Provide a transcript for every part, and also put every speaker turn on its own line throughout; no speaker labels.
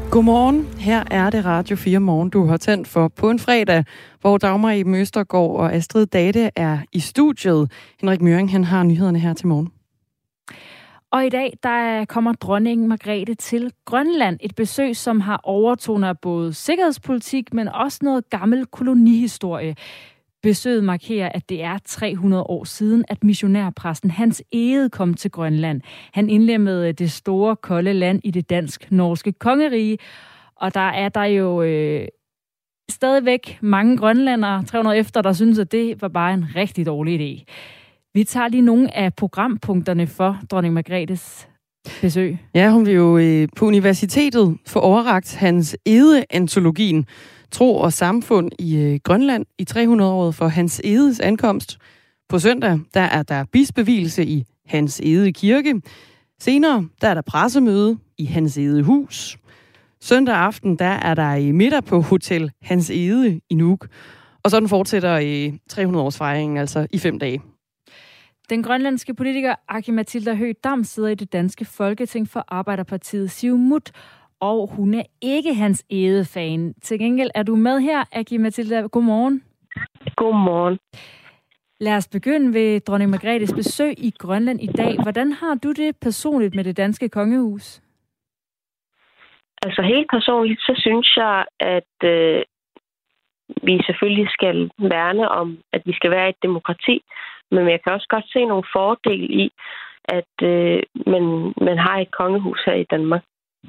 Godmorgen. Her er det Radio 4 Morgen, du har tændt for på en fredag, hvor Dagmar Eben Østergaard og Astrid Date er i studiet. Henrik Møring, han har nyhederne her til morgen.
Og i dag, der kommer dronning Margrethe til Grønland. Et besøg, som har overtoner af både sikkerhedspolitik, men også noget gammel kolonihistorie. Besøget markerer, at det er 300 år siden, at missionærpræsten Hans Egede kom til Grønland. Han indlemmede det store, kolde land i det dansk-norske kongerige. Og der er der jo stadigvæk mange grønlændere, 300 efter, der synes, at det var bare en rigtig dårlig idé. Vi tager lige nogle af programpunkterne for dronning Margrethes besøg. Ja, hun vil jo på universitetet få overrakt Hans Egede-antologien Tro og samfund i Grønland i 300-året for Hans Egedes ankomst. På søndag, der er der bispevielse i Hans Egede Kirke. Senere, der er der pressemøde i Hans Egede Hus. Søndag aften, der er der middag på Hotel Hans Egede i Nuuk. Og sådan fortsætter 300-årsfejringen altså i 5 dage. Den grønlandske politiker Aki-Matilda Høegh Dam sidder i det danske Folketing for Arbejderpartiet Siumut, og hun er ikke Hans Egede-fan. Til gengæld er du med her, Aki-Matilda. Godmorgen.
Godmorgen.
Lad os begynde ved dronning Margrethes besøg i Grønland i dag. Hvordan har du det personligt med det danske kongehus?
Altså helt personligt, så synes jeg, at vi selvfølgelig skal værne om, at vi skal være et demokrati. Men jeg kan også godt se nogle fordele i, at man har et kongehus her i Danmark.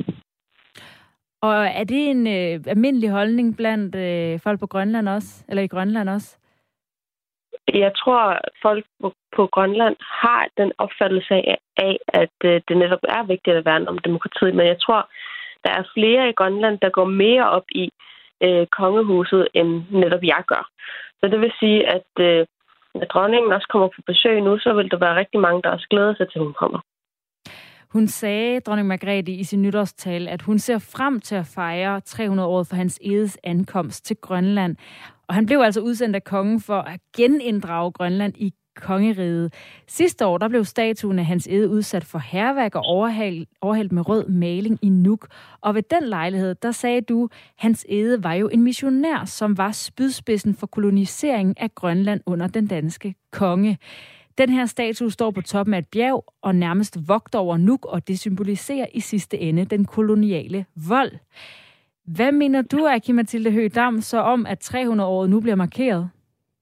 Og er det en almindelig holdning blandt folk på Grønland også? Eller i Grønland også?
Jeg tror, at folk på Grønland har den opfattelse af, at det netop er vigtigt at værne om demokratiet. Men jeg tror, der er flere i Grønland, der går mere op i kongehuset, end netop jeg gør. Så det vil sige, at når dronningen også kommer på besøg nu, så vil der være rigtig mange, der også glæder sig til, at hun kommer.
Hun sagde, dronning Margrethe, i sin nytårstale, at hun ser frem til at fejre 300-året for Hans Egedes ankomst til Grønland. Og han blev altså udsendt af kongen for at geninddrage Grønland i kongeriget. Sidste år, der blev statuen af Hans Egede udsat for hærværk og overhældt med rød maling i Nuuk. Og ved den lejlighed, der sagde du, Hans Egede var jo en missionær, som var spydspidsen for koloniseringen af Grønland under den danske konge. Den her statue står på toppen af et bjerg og nærmest vogter over Nuuk, og det symboliserer i sidste ende den koloniale vold. Hvad mener du, Aki-Matilda Høegh Dam, så om, at 300-året nu bliver markeret?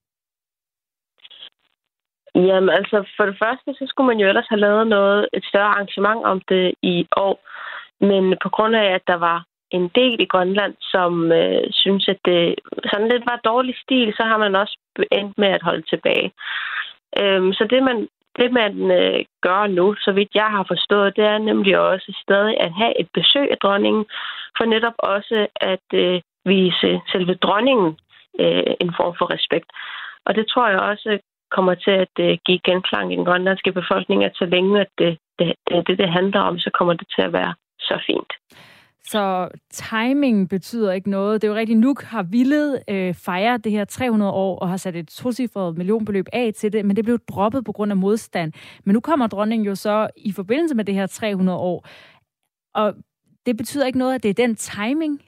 Jamen altså, for det første, så skulle man jo ellers have lavet et større arrangement om det i år. Men på grund af, at der var en del i Grønland, som synes, at det sådan lidt var dårlig stil, så har man også endt med at holde tilbage. Så det man gør nu, så vidt jeg har forstået, det er nemlig også stadig at have et besøg af dronningen, for netop også at vise selve dronningen en form for respekt. Og det tror jeg også kommer til at give genklang i den grønlandske befolkning, at så længe at det handler om, så kommer det til at være så fint.
Så timing betyder ikke noget. Det er jo rigtigt, Nuuk har villet fejre det her 300 år og har sat et tocifret millionbeløb af til det, men det blev droppet på grund af modstand. Men nu kommer dronningen jo så i forbindelse med det her 300 år, og det betyder ikke noget, at det er den timing.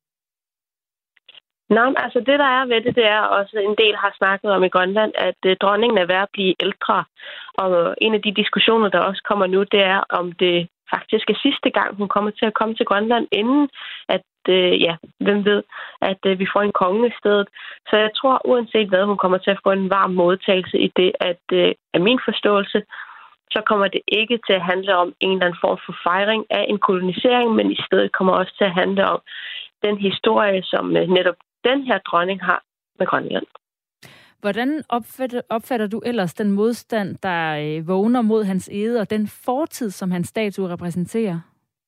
Nej, altså det der er ved det er også en del har snakket om i Grønland, at dronningen er ved at blive ældre. Og en af de diskussioner, der også kommer nu, det er, om det faktisk er sidste gang, hun kommer til at komme til Grønland, inden at, hvem ved, at vi får en konge i stedet. Så jeg tror, uanset hvad, hun kommer til at få en varm modtagelse i det, at af min forståelse, så kommer det ikke til at handle om en eller anden form for fejring af en kolonisering, men i stedet kommer også til at handle om den historie, som netop den her dronning har med Grønland.
Hvordan opfatter du ellers den modstand, der vågner mod Hans Egede og den fortid, som hans statue repræsenterer?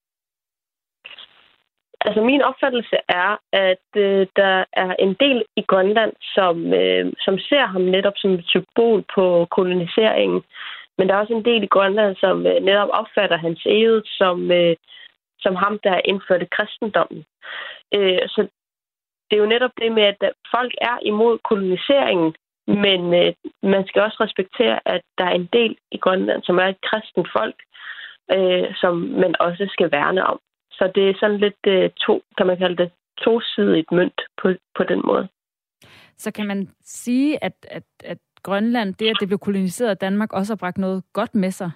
Altså min opfattelse er, at der er en del i Grønland, som ser ham netop som et symbol på koloniseringen. Men der er også en del i Grønland, som netop opfatter Hans Egede som ham, der indførte kristendommen. Så det er jo netop det med, at folk er imod koloniseringen, men man skal også respektere, at der er en del i Grønland, som er et kristent folk, som man også skal værne om. Så det er sådan lidt kan man kalde det, tosidigt mønt på den måde.
Så kan man sige, at Grønland, det at det blev koloniseret af Danmark, også har bragt noget godt med sig?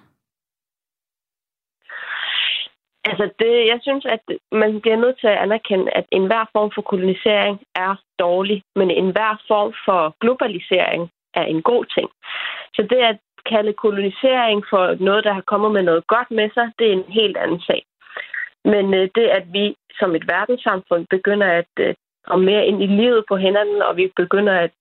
Altså jeg synes, at man bliver nødt til at anerkende, at enhver form for kolonisering er dårlig, men enhver form for globalisering er en god ting. Så det at kalde kolonisering for noget, der har kommet med noget godt med sig, det er en helt anden sag. Men det, at vi som et verdenssamfund begynder at komme mere ind i livet på hinanden, og vi begynder at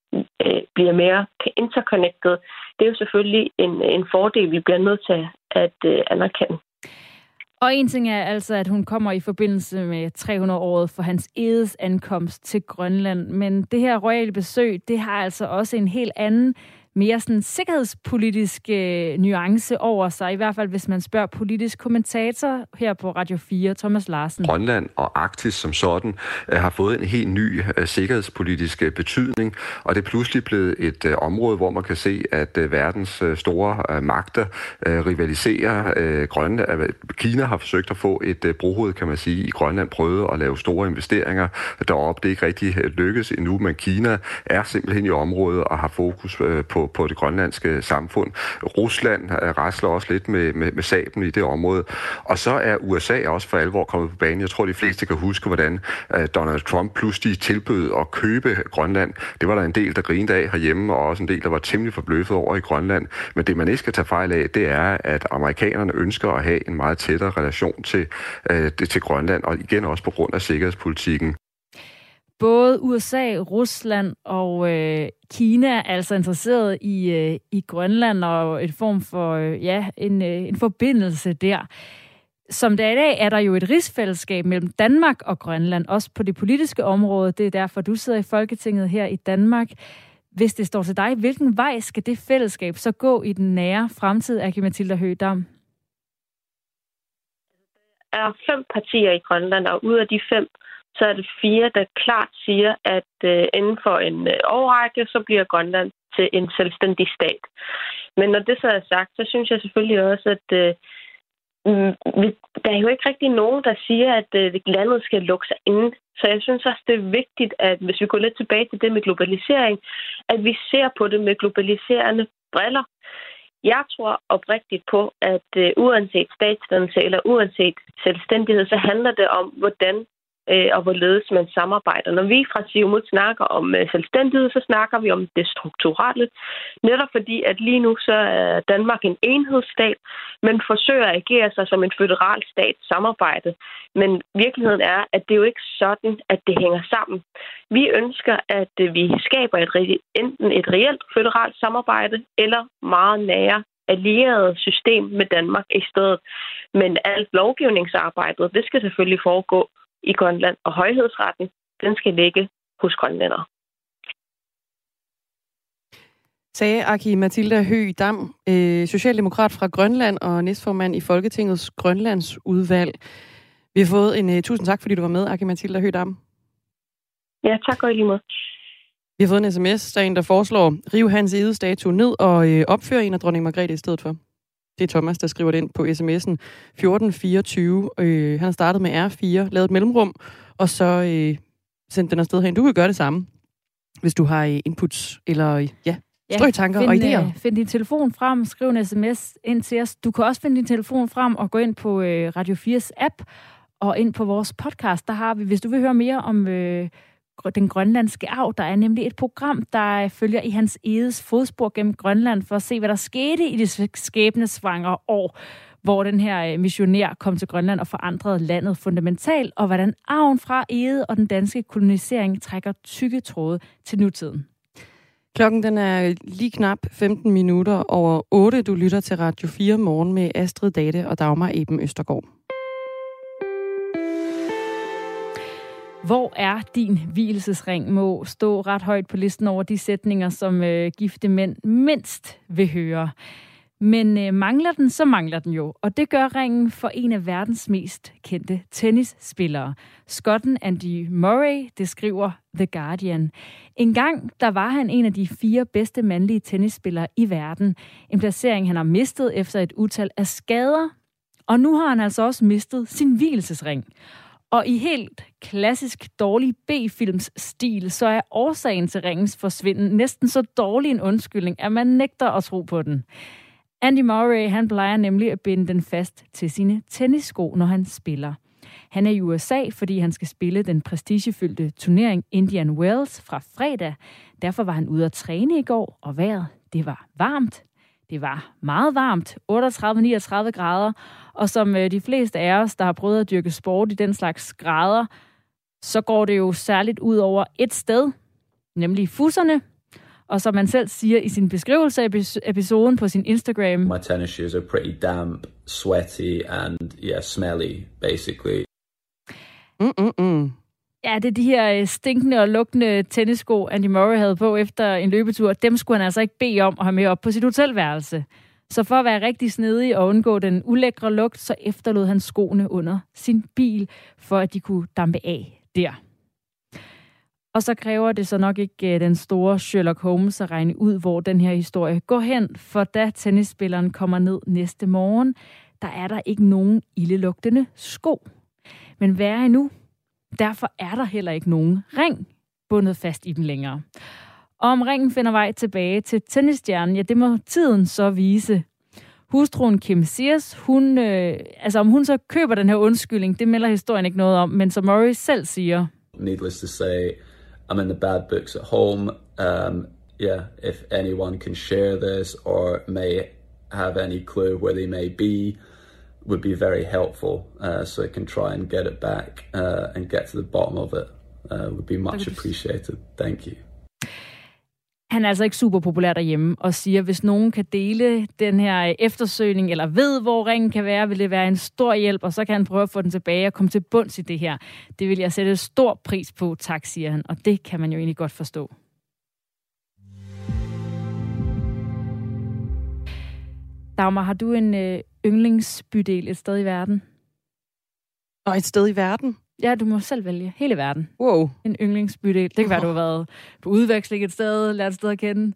blive mere interconnected, det er jo selvfølgelig en fordel, vi bliver nødt til at anerkende.
Og en ting er altså, at hun kommer i forbindelse med 300-året for Hans Egedes ankomst til Grønland. Men det her royale besøg, det har altså også en helt anden, mere sådan sikkerhedspolitisk nuance over sig. I hvert fald, hvis man spørger politisk kommentator her på Radio 4, Thomas Larsen.
Grønland og Arktis som sådan har fået en helt ny sikkerhedspolitisk betydning, og det er pludselig blevet et område, hvor man kan se, at verdens store magter rivaliserer. Grønland. Kina har forsøgt at få et brohoved, kan man sige, i Grønland, prøvede at lave store investeringer deroppe. Det er ikke rigtig lykkes endnu, men Kina er simpelthen i området og har fokus på det grønlandske samfund. Rusland rasler også lidt med sablen i det område. Og så er USA også for alvor kommet på banen. Jeg tror, de fleste kan huske, hvordan Donald Trump pludselig tilbød at købe Grønland. Det var der en del, der grinede af herhjemme, og også en del, der var temmelig forbløffet over i Grønland. Men det, man ikke skal tage fejl af, det er, at amerikanerne ønsker at have en meget tættere relation til Grønland, og igen også på grund af sikkerhedspolitikken.
Både USA, Rusland og Kina er altså interesseret i Grønland og et form for en forbindelse der. Som det er i dag, er der jo et rigsfællesskab mellem Danmark og Grønland, også på det politiske område. Det er derfor, du sidder i Folketinget her i Danmark. Hvis det står til dig, hvilken vej skal det fællesskab så gå i den nære fremtid, Aki-Matilda Høegh Dam?
Der er 5 partier i Grønland, og ud af de 5, så er det 4, der klart siger, at inden for en årrække, så bliver Grønland til en selvstændig stat. Men når det så er sagt, så synes jeg selvfølgelig også, at der er jo ikke rigtig nogen, der siger, at landet skal lukke sig inde. Så jeg synes også, det er vigtigt, at hvis vi går lidt tilbage til det med globalisering, at vi ser på det med globaliserende briller. Jeg tror oprigtigt på, at uanset statsdannelse eller uanset selvstændighed, så handler det om, hvordan og hvorledes man samarbejder. Når vi fra Siumut snakker om selvstændighed, så snakker vi om det strukturelle. Netop fordi, at lige nu så er Danmark en enhedsstat, men forsøger at agere sig som en føderal stat samarbejde. Men virkeligheden er, at det er jo ikke sådan, at det hænger sammen. Vi ønsker, at vi skaber enten et reelt føderalt samarbejde, eller meget nære allieret system med Danmark i stedet. Men alt lovgivningsarbejdet, det skal selvfølgelig foregå i Grønland, og højhedsretten, den skal ligge hos grønlændere.
Sagde Aki-Matilda Høegh Dam, socialdemokrat fra Grønland og næstformand i Folketingets Grønlandsudvalg. Vi har fået en tusind tak, fordi du var med, Aki-Matilda Høegh Dam.
Ja, tak og i lige måde.
Vi har fået en sms, der er en, der foreslår, rive Hans Egedes statue ned og opføre en af dronning Margrethe i stedet for. Det er Thomas, der skriver det ind på sms'en 1424. Han har startet med R4, lavet et mellemrum, og så sendt den afsted hen. Du kan gøre det samme, hvis du har inputs eller strøtanker og idéer.
Find din telefon frem, skriv en sms ind til os. Du kan også finde din telefon frem og gå ind på Radio 4's app og ind på vores podcast. Der har vi, hvis du vil høre mere om den grønlandske arv. Der er nemlig et program, der følger i Hans Egedes fodspor gennem Grønland for at se, hvad der skete i det skæbnesvangre år, hvor den her missionær kom til Grønland og forandrede landet fundamentalt, og hvordan arven fra Egede og den danske kolonisering trækker tykke tråde til nutiden.
Klokken den er lige knap 15 minutter over 8. Du lytter til Radio 4 morgen med Astrid Date og Dagmar Eben Østergaard.
Hvor er din vielsesring må stå ret højt på listen over de sætninger, som gifte mænd mindst vil høre. Men mangler den, så mangler den jo. Og det gør ringen for en af verdens mest kendte tennisspillere. Skotten Andy Murray, det skriver The Guardian. En gang, der var han en af de 4 bedste mandlige tennisspillere i verden. En placering, han har mistet efter et utal af skader. Og nu har han altså også mistet sin vielsesring. Og i helt klassisk dårlig B-films stil, så er årsagen til ringens forsvinden næsten så dårlig en undskyldning, at man nægter at tro på den. Andy Murray, han plejer nemlig at binde den fast til sine tennissko, når han spiller. Han er i USA, fordi han skal spille den prestigefyldte turnering Indian Wells fra fredag. Derfor var han ude at træne i går, og vejret, det var varmt. Det var meget varmt, 38-39 grader, og som de fleste af os, der har prøvet at dyrke sport i den slags grader, så går det jo særligt ud over et sted, nemlig fusserne. Og som man selv siger i sin beskrivelse af episoden på sin Instagram.
My tennis shoes are pretty damp, sweaty and smelly, basically.
Ja, det er de her stinkende og lugtende tennissko, Andy Murray havde på efter en løbetur. Dem skulle han altså ikke bede om at have med op på sit hotelværelse. Så for at være rigtig snedig og undgå den ulækre lugt, så efterlod han skoene under sin bil, for at de kunne dampe af der. Og så kræver det så nok ikke den store Sherlock Holmes at regne ud, hvor den her historie går hen, for da tennisspilleren kommer ned næste morgen, der er der ikke nogen ildelugtende sko. Men værre endnu, derfor er der heller ikke nogen ring bundet fast i den længere. Og om ringen finder vej tilbage til tennisstjernen, ja, det må tiden så vise. Hustruen Kim Sears, om hun så køber den her undskyldning, det melder historien ikke noget om, men som Murray selv siger.
Needless to say, I'm in the bad books at home. If anyone can share this or may have any clue where they may be, would be very helpful, so I can try and get it back and get to the bottom of it. Would be much appreciated. Thank you.
Han er altså ikke super populær derhjemme og siger, hvis nogen kan dele den her eftersøgning eller ved, hvor ringen kan være, vil det være en stor hjælp, og så kan han prøve at få den tilbage og komme til bunds i det her. Det vil jeg sætte stor pris på, tak, siger han, og det kan man jo egentlig godt forstå. Dagmar, har du en yndlingsbydel et sted i verden?
Og et sted i verden?
Ja, du må selv vælge. Hele verden.
Wow.
En yndlingsbydel. Det kan være, du har været på udveksling et sted, lært et sted at kende.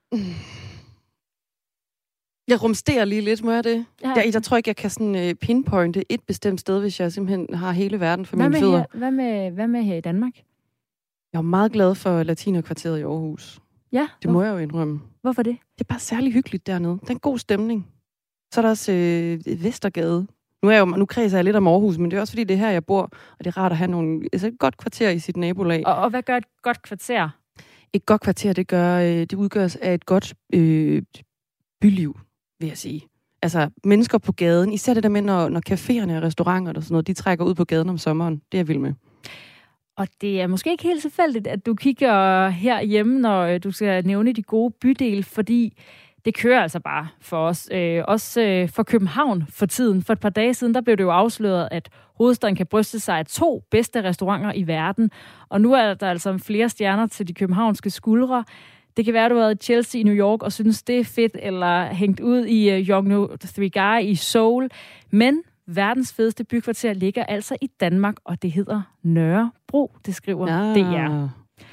Jeg rumsterer lige lidt, må jeg det?
Ja.
Jeg tror ikke, jeg kan sådan pinpointe et bestemt sted, hvis jeg simpelthen har hele verden for mine fødder.
Hvad med her i Danmark?
Jeg er meget glad for Latinerkvarteret i Aarhus.
Ja.
Det må jeg jo indrømme.
Hvorfor det?
Det er bare særlig hyggeligt dernede. Det er en god stemning. Så er der også Vestergade. Nu kredser jeg lidt om Aarhus, men det er også fordi, det er her, jeg bor, og det er rart at have et godt kvarter i sit nabolag.
Og hvad gør et godt kvarter?
Et godt kvarter, det udgøres af et godt byliv, vil jeg sige. Altså, mennesker på gaden, især det der med, når caféerne og restauranter og sådan noget, de trækker ud på gaden om sommeren. Det er jeg vild med.
Og det er måske ikke helt tilfældigt, at du kigger herhjemme, når du skal nævne de gode bydele, fordi det kører altså bare for os. Også for København for tiden. For et par dage siden, der blev det jo afsløret, at hovedstaden kan bryste sig af 2 bedste restauranter i verden. Og nu er der altså flere stjerner til de københavnske skuldre. Det kan være, at du har været i Chelsea i New York og synes, det er fedt, eller hængt ud i Yonge 3 Guy i Seoul. Men verdens fedeste bykvarter ligger altså i Danmark, og det hedder Nørrebro, det skriver DR.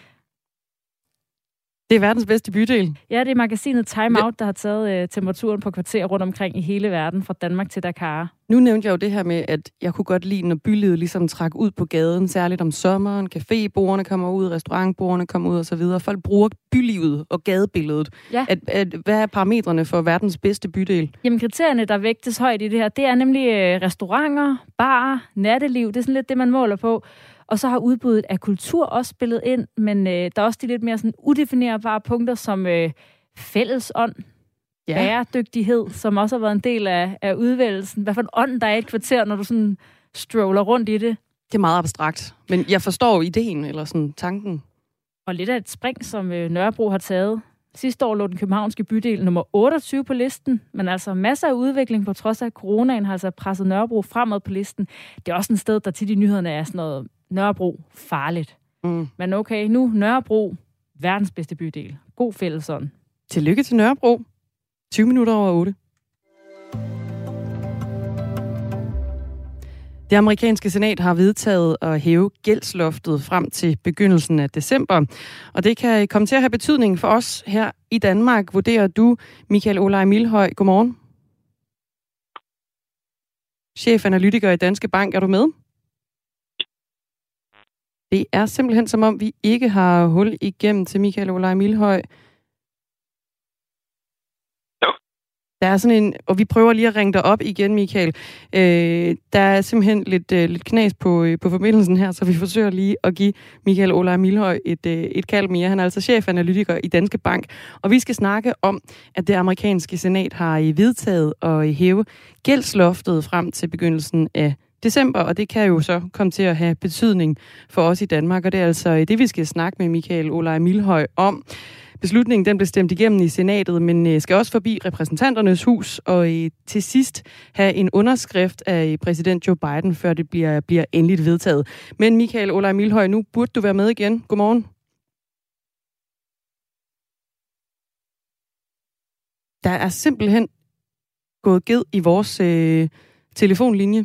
Det er verdens bedste bydel.
Ja, det er magasinet Time Out, der har taget temperaturen på kvarterer rundt omkring i hele verden, fra Danmark til Dakar.
Nu nævnte jeg jo det her med, at jeg kunne godt lide, når bylivet ligesom trak ud på gaden, særligt om sommeren. Cafébordene kommer ud, restaurantbordene kommer ud osv. Folk bruger bylivet og gadebilledet.
Ja.
Hvad er parametrene for verdens bedste bydel?
Jamen, kriterierne, der vægtes højt i det her, det er nemlig restauranter, barer, natteliv. Det er sådan lidt det, man måler på. Og så har udbuddet af kultur også spillet ind, men der er også de lidt mere sådan udefinerbare punkter som fællesånd, bæredygtighed, som også har været en del af udvælgelsen. Hvad for en ånd, der er i et kvarter, når du sådan stroller rundt i det?
Det er meget abstrakt, men jeg forstår ideen eller sådan tanken.
Og lidt af et spring, som Nørrebro har taget. Sidste år lå den københavnske bydel nummer 28 på listen, men altså masser af udvikling på trods af coronaen har altså presset Nørrebro fremad på listen. Det er også et sted, der tit i nyhederne er sådan noget Nørrebro farligt. Men okay, nu Nørrebro, verdens bedste bydel. God fællesånd.
Tillykke til Nørrebro. 20 minutter over 8. Det amerikanske senat har vedtaget at hæve gældsloftet frem til begyndelsen af december. Og det kan komme til at have betydning for os her i Danmark, vurderer du, Michael Olaj Milhøj. Godmorgen. chefanalytiker i Danske Bank. Er du med? Det er simpelthen som om, vi ikke har hul igennem til Michael Olaj Milhøj. Der er sådan en, og vi prøver lige at ringe dig op igen, Michael. Der er simpelthen lidt knas på forbindelsen her, så vi forsøger lige at give Michael Olaj Milhøj et kald mere. Han er altså chefanalytiker i Danske Bank, og vi skal snakke om, at det amerikanske senat har vedtaget at hæve gældsloftet frem til begyndelsen af december, og det kan jo så komme til at have betydning for os i Danmark, og det er altså det, vi skal snakke med Michael Olaj Milhøj om. Beslutningen den blev stemt igennem i senatet, men skal også forbi repræsentanternes hus og til sidst have en underskrift af præsident Joe Biden, før det bliver endeligt vedtaget. Men Michael Olaj Milhøj, nu burde du være med igen. Godmorgen. Der er simpelthen gået ged i vores telefonlinje.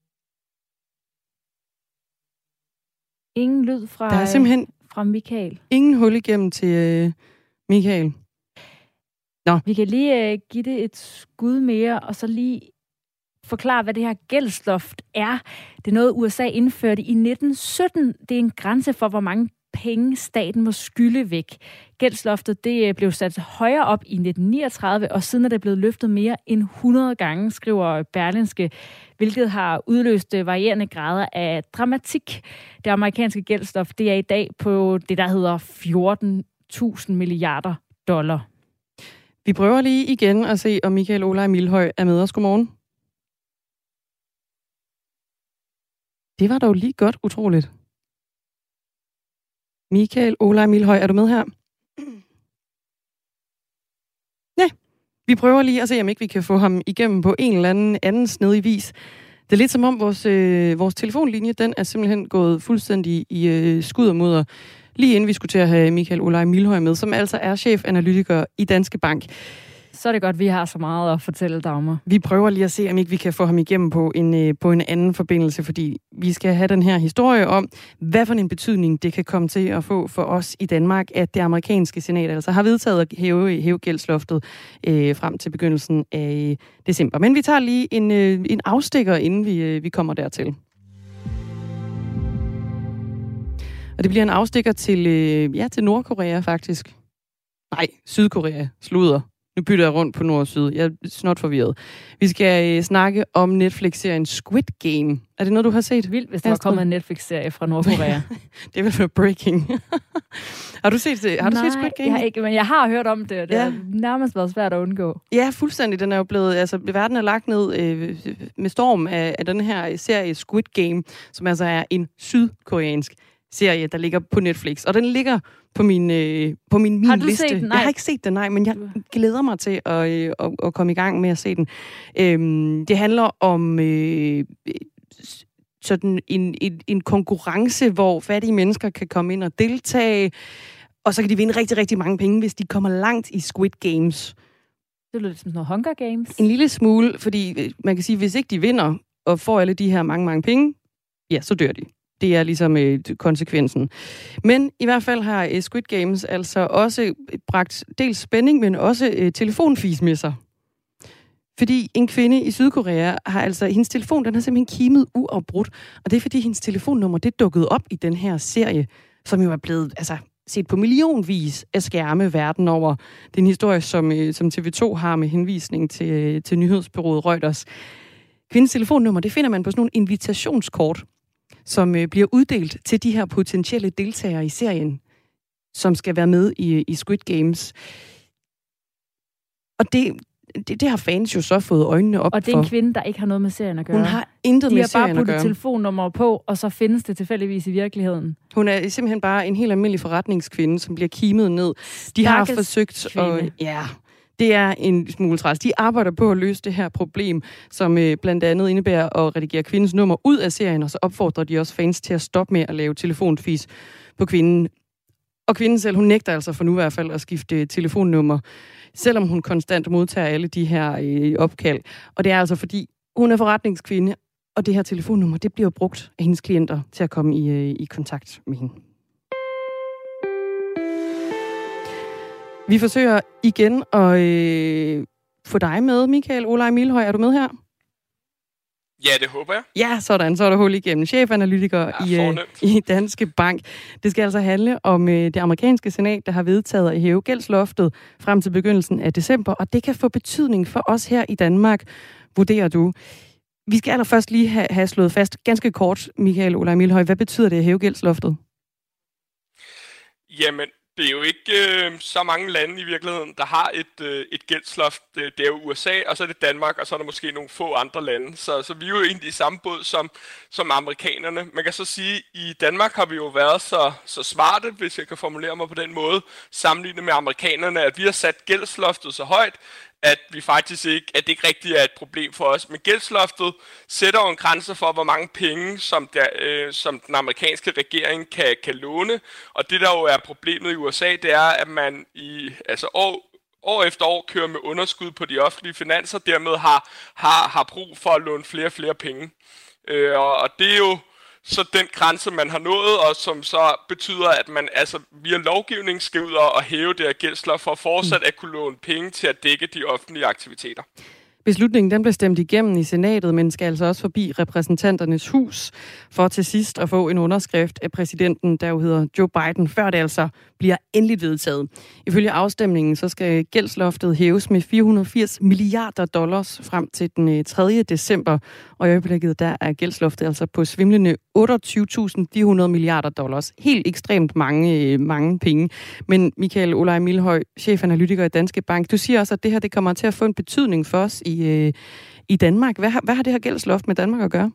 Ingen lyd fra,
der er simpelthen
fra Michael.
Ingen hul igennem til Michael. Nå.
Vi kan lige give det et skud mere, og så lige forklare, hvad det her gældsloft er. Det er noget, USA indførte i 1917. Det er en grænse for, hvor mange penge staten må skylde væk. Gældsloftet det blev sat højere op i 1939, og siden er det blevet løftet mere end 100 gange, skriver Berlingske, hvilket har udløst varierende grader af dramatik. Det amerikanske gældsloft det er i dag på det, der hedder 14.000 milliarder dollar.
Vi prøver lige igen at se, om Michael Olaj Milhøj er med os. Godmorgen. Det var dog lige godt utroligt. Michael Olaj Milhøj, er du med her? Ja, vi prøver lige at se, om ikke vi kan få ham igennem på en eller anden snedig vis. Det er lidt som om vores telefonlinje, den er simpelthen gået fuldstændig i skud og mudder, lige inden vi skulle til at have Michael Olaj Milhøj med, som altså er chefanalytiker i Danske Bank.
Så er det godt, vi har så meget at fortælle, Dagmar.
Vi prøver lige at se, om ikke vi kan få ham igennem på en anden forbindelse, fordi vi skal have den her historie om, hvad for en betydning det kan komme til at få for os i Danmark, at det amerikanske senat altså har vedtaget at hæve gældsloftet frem til begyndelsen af december. Men vi tager lige en afstikker, inden vi kommer dertil. Og det bliver en afstikker til Nordkorea faktisk. Nej, Sydkorea. Sluder. Nu bytter jeg rundt på nord og syd. Jeg er snot forvirret. Vi skal snakke om Netflix-serien Squid Game. Er det noget, du har set?
Vildt, hvis der var kommet en Netflix-serie fra Nordkorea.
Det vil være breaking. Har du set det? Har du set Squid Game?
Nej, ikke, men jeg har hørt om det, og det har nærmest været svært at undgå.
Ja, fuldstændig. Den er jo blevet, altså verden er lagt ned med storm af den her serie Squid Game, som altså er en sydkoreansk serie, der ligger på Netflix. Og den ligger på min
har du
liste.
Set den?
Jeg har ikke set den, nej, men jeg glæder mig til at komme i gang med at se den. Det handler om sådan en konkurrence, hvor fattige mennesker kan komme ind og deltage, og så kan de vinde rigtig, rigtig mange penge, hvis de kommer langt i Squid Games.
Det lyder som noget Hunger Games.
En lille smule, fordi man kan sige, hvis ikke de vinder og får alle de her mange penge, ja, så dør de. Det er ligesom konsekvensen. Men i hvert fald har Squid Games altså også bragt dels spænding, men også telefonfis med sig. Fordi en kvinde i Sydkorea har altså, hendes telefon, den har simpelthen kimet uafbrudt. Og det er fordi, hendes telefonnummer, det dukkede op i den her serie, som jo er blevet set på millionvis af skærme verden over. Det er en historie, som TV2 har med henvisning til nyhedsbureauet Reuters. Kvindens telefonnummer, det finder man på sådan nogle invitationskort, som bliver uddelt til de her potentielle deltagere i serien, som skal være med i Squid Games. Og det har fans jo så fået øjnene op for.
Og det er en kvinde, der ikke har noget med serien at gøre.
Hun har intet med serien at gøre.
De har bare puttet telefonnummer på, og så findes det tilfældigvis i virkeligheden.
Hun er simpelthen bare en helt almindelig forretningskvinde, som bliver kimet ned. De har forsøgt at... Ja, det er en smule træls. De arbejder på at løse det her problem, som blandt andet indebærer at redigere kvindens nummer ud af serien, og så opfordrer de også fans til at stoppe med at lave telefonfis på kvinden. Og kvinden selv, hun nægter altså for nu i hvert fald at skifte telefonnummer, selvom hun konstant modtager alle de her opkald. Og det er altså fordi, hun er forretningskvinde, og det her telefonnummer, det bliver brugt af hendes klienter til at komme i kontakt med hende. Vi forsøger igen at få dig med, Michael Olaj Milhøj. Er du med her?
Ja, det håber jeg.
Ja, sådan. Så er der hul igennem. Chefanalytiker i Danske Bank. Det skal altså handle om det amerikanske senat, der har vedtaget at hæve gældsloftet frem til begyndelsen af december, og det kan få betydning for os her i Danmark, vurderer du. Vi skal allerførst lige have slået fast ganske kort, Michael Olaj Milhøj. Hvad betyder det at hæve gældsloftet?
Jamen, det er jo ikke så mange lande i virkeligheden, der har et gældsloft. Det er jo USA, og så er det Danmark, og så er der måske nogle få andre lande. Så vi er jo egentlig i samme båd som amerikanerne. Man kan så sige, at i Danmark har vi jo været så smarte, hvis jeg kan formulere mig på den måde, sammenlignet med amerikanerne, at vi har sat gældsloftet så højt, at vi faktisk ikke, at det ikke rigtig er et problem for os. Men gældsloftet sætter jo en grænse for, hvor mange penge, som den amerikanske regering kan låne. Og det, der jo er problemet i USA, det er, at man år efter år kører med underskud på de offentlige finanser, dermed har brug for at låne flere og flere penge. Og det er jo så den grænse, man har nået, og som så betyder, at man altså via lovgivning skal ud og hæve det her gældsloft for fortsat at kunne låne penge til at dække de offentlige aktiviteter.
Beslutningen den blev stemt igennem i senatet, men skal altså også forbi repræsentanternes hus for til sidst at få en underskrift af præsidenten, der jo hedder Joe Biden, før det altså bliver endeligt vedtaget. Ifølge afstemningen så skal gældsloftet hæves med $480 milliarder frem til den 3. december, og i øjeblikket der er gældsloftet altså på svimlende $28.400 milliarder. Helt ekstremt mange penge. Men Michael Olaj Milhøj, chefanalytiker i Danske Bank, du siger også, at det her det kommer til at få en betydning for os i Danmark. Hvad har det her gældsloft med Danmark at gøre?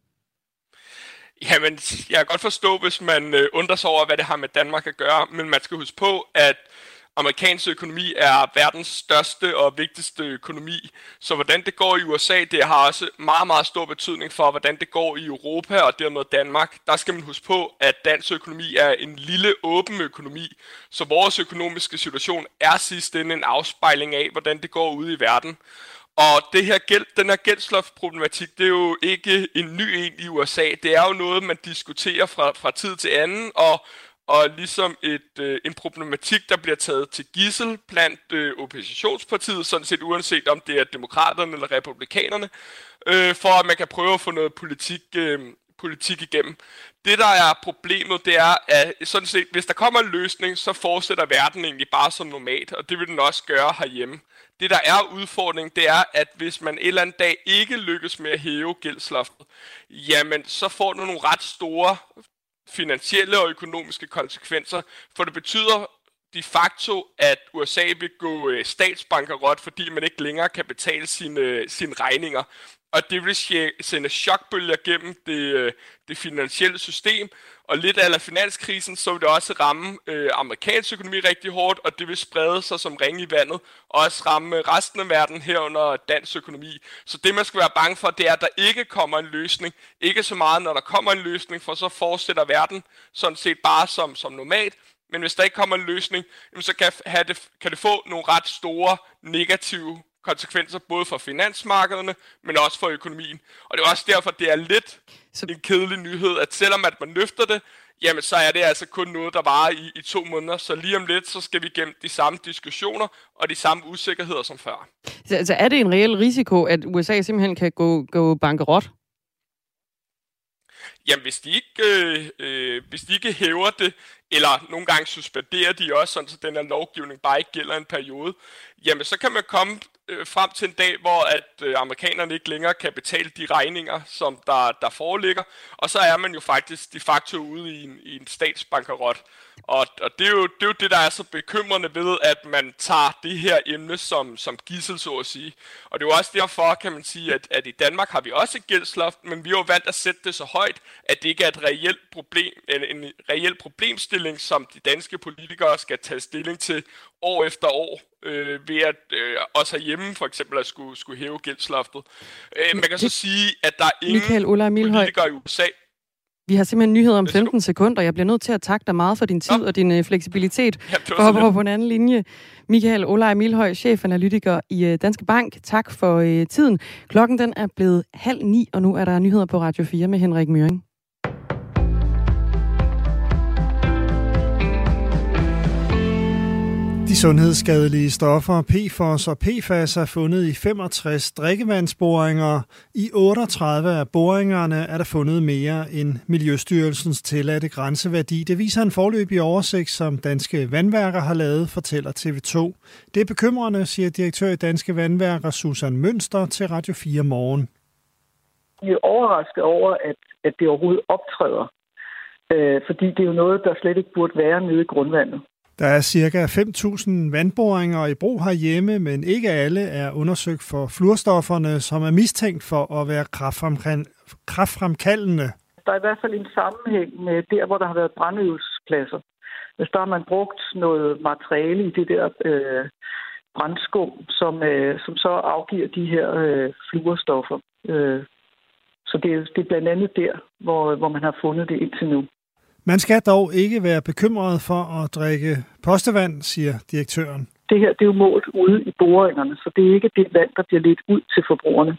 Jamen, jeg kan godt forstå, hvis man undrer sig over, hvad det har med Danmark at gøre, men man skal huske på, at amerikansk økonomi er verdens største og vigtigste økonomi. Så hvordan det går i USA, det har også meget, meget stor betydning for, hvordan det går i Europa og dermed Danmark. Der skal man huske på, at dansk økonomi er en lille, åben økonomi. Så vores økonomiske situation er sidst ende en afspejling af, hvordan det går ude i verden. Og den her gældsloftproblematik, det er jo ikke en ny en i USA. Det er jo noget, man diskuterer fra tid til anden, og ligesom en problematik, der bliver taget til gidsel blandt oppositionspartiet, sådan set uanset om det er demokraterne eller republikanerne, for at man kan prøve at få noget politik igennem. Det, der er problemet, det er, at sådan set, hvis der kommer en løsning, så fortsætter verden egentlig bare som normalt, og det vil den også gøre herhjemme. Det, der er udfordringen, det er, at hvis man en eller anden dag ikke lykkes med at hæve gældsloftet, jamen, så får det nogle ret store finansielle og økonomiske konsekvenser, for det betyder de facto, at USA vil gå statsbankerot, fordi man ikke længere kan betale sine regninger. Og det vil sende chokbølger gennem det finansielle system, og lidt af finanskrisen, så vil det også ramme amerikansk økonomi rigtig hårdt, og det vil sprede sig som ringe i vandet, og også ramme resten af verden herunder dansk økonomi. Så det, man skal være bange for, det er, at der ikke kommer en løsning. Ikke så meget, når der kommer en løsning, for så fortsætter verden sådan set bare som normalt. Men hvis der ikke kommer en løsning, så kan det få nogle ret store negative konsekvenser, både for finansmarkederne, men også for økonomien. Og det er også derfor, det er lidt en kedelig nyhed, at selvom at man løfter det, jamen så er det altså kun noget, der varer i 2 måneder. Så lige om lidt, så skal vi gennem de samme diskussioner og de samme usikkerheder som før.
Så er det en reel risiko, at USA simpelthen kan gå bankerot?
Jamen, hvis de ikke hæver det, eller nogle gange suspenderer de også, sådan så den her lovgivning bare ikke gælder en periode, jamen så kan man komme frem til en dag, hvor at amerikanerne ikke længere kan betale de regninger, som der foreligger, og så er man jo faktisk de facto ude i en statsbankerot. Og det er jo det, der er så bekymrende ved, at man tager det her emne som gidsel, så at sige. Og det er jo også derfor, kan man sige, at i Danmark har vi også et gældsloft, men vi har jo valgt at sætte det så højt, at det ikke er et reelt problem, en reel problemstilling, som de danske politikere skal tage stilling til år efter år, ved at også herhjemme for eksempel at skulle hæve gældsloftet. Man kan så sige, at der er ingen politikere i USA.
Vi har simpelthen nyheder om 15 sekunder. Jeg bliver nødt til at takke dig meget for din tid og din fleksibilitet for at hoppe på en anden linje. Michael Olaj Milhøj, chefanalytiker i Danske Bank. Tak for tiden. Klokken den er blevet 8:30, og nu er der nyheder på Radio 4 med Henrik Møring.
De sundhedsskadelige stoffer PFOS og PFAS er fundet i 65 drikkevandsboringer. I 38 af boringerne er der fundet mere end Miljøstyrelsens tilladte grænseværdi. Det viser en foreløbig oversigt, som Danske Vandværker har lavet, fortæller TV2. Det er bekymrende, siger direktør i Danske Vandværker Susan Mønster til Radio 4 Morgen.
Jeg er overrasket over, at det overhovedet optræder. Fordi det er jo noget, der slet ikke burde være nede i grundvandet.
Der er ca. 5.000 vandboringer i brug herhjemme, men ikke alle er undersøgt for fluorstofferne, som er mistænkt for at være kræftfremkaldende.
Der er i hvert fald en sammenhæng med der, hvor der har været brandøvelsespladser. Hvis der har man brugt noget materiale i det der brandskum, som så afgiver de her fluorstoffer. Så det er blandt andet der, hvor man har fundet det indtil nu.
Man skal dog ikke være bekymret for at drikke postevand, siger direktøren.
Det her det er jo målt ude i boringerne, så det er ikke det vand, der bliver ledt ud til forbrugerne.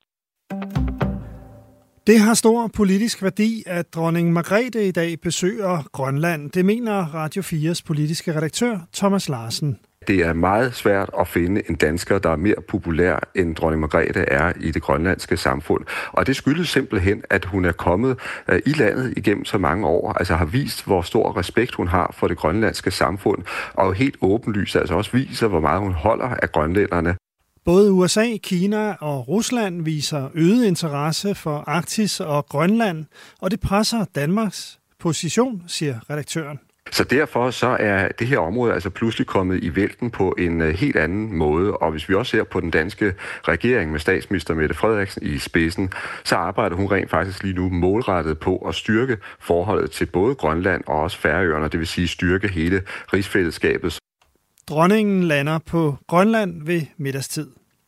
Det har stor politisk værdi, at dronning Margrethe i dag besøger Grønland. Det mener Radio 4's politiske redaktør Thomas Larsen.
Det er meget svært at finde en dansker, der er mere populær end dronning Margrethe er i det grønlandske samfund. Og det skyldes simpelthen, at hun er kommet i landet igennem så mange år, altså har vist, hvor stor respekt hun har for det grønlandske samfund, og helt åbenlyst altså også viser, hvor meget hun holder af grønlænderne.
Både USA, Kina og Rusland viser øget interesse for Arktis og Grønland, og det presser Danmarks position, siger redaktøren.
Så derfor så er det her område altså pludselig kommet i vælten på en helt anden måde. Og hvis vi også ser på den danske regering med statsminister Mette Frederiksen i spidsen, så arbejder hun rent faktisk lige nu målrettet på at styrke forholdet til både Grønland og også Færøerne, det vil sige styrke hele rigsfællesskabet.
Dronningen lander på Grønland ved middagstid.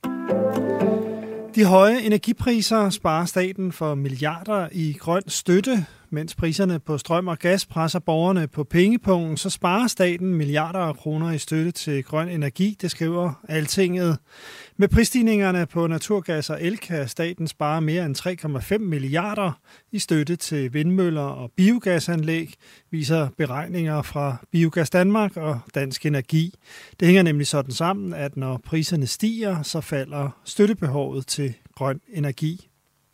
De høje energipriser sparer staten for milliarder i grøn støtte. Mens priserne på strøm og gas presser borgerne på pengepungen, så sparer staten milliarder af kroner i støtte til grøn energi, det skriver Altinget. Med prisstigningerne på naturgas og el kan staten spare mere end 3,5 milliarder i støtte til vindmøller og biogasanlæg, viser beregninger fra Biogas Danmark og Dansk Energi. Det hænger nemlig sådan sammen, at når priserne stiger, så falder støttebehovet til grøn energi.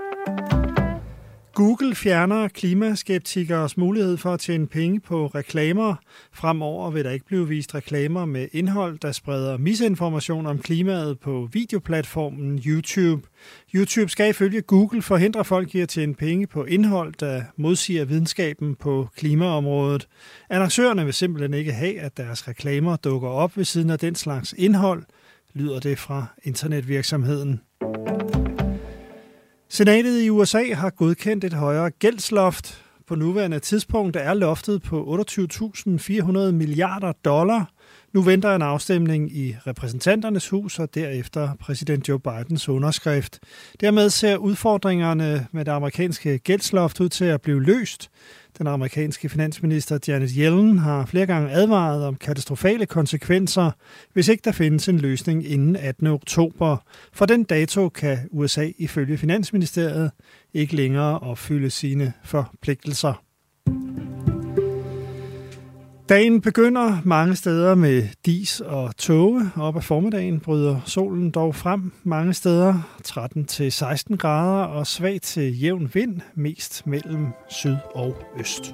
Google fjerner klimaskeptikeres mulighed for at tjene penge på reklamer. Fremover vil der ikke blive vist reklamer med indhold, der spreder misinformation om klimaet på videoplatformen YouTube. YouTube skal ifølge Google forhindre folk i at tjene penge på indhold, der modsiger videnskaben på klimaområdet. Annoncørerne vil simpelthen ikke have, at deres reklamer dukker op ved siden af den slags indhold, lyder det fra internetvirksomheden. Senatet i USA har godkendt et højere gældsloft. På nuværende tidspunkt er loftet på 28.400 milliarder dollar. Nu venter en afstemning i repræsentanternes hus og derefter præsident Joe Bidens underskrift. Dermed ser udfordringerne med det amerikanske gældsloft ud til at blive løst. Den amerikanske finansminister Janet Yellen har flere gange advaret om katastrofale konsekvenser, hvis ikke der findes en løsning inden 18. oktober. For den dato kan USA ifølge Finansministeriet ikke længere opfylde sine forpligtelser. Dagen begynder mange steder med dis og tåge. Op ad formiddagen bryder solen dog frem mange steder. 13-16 grader og svag til jævn vind, mest mellem syd og øst.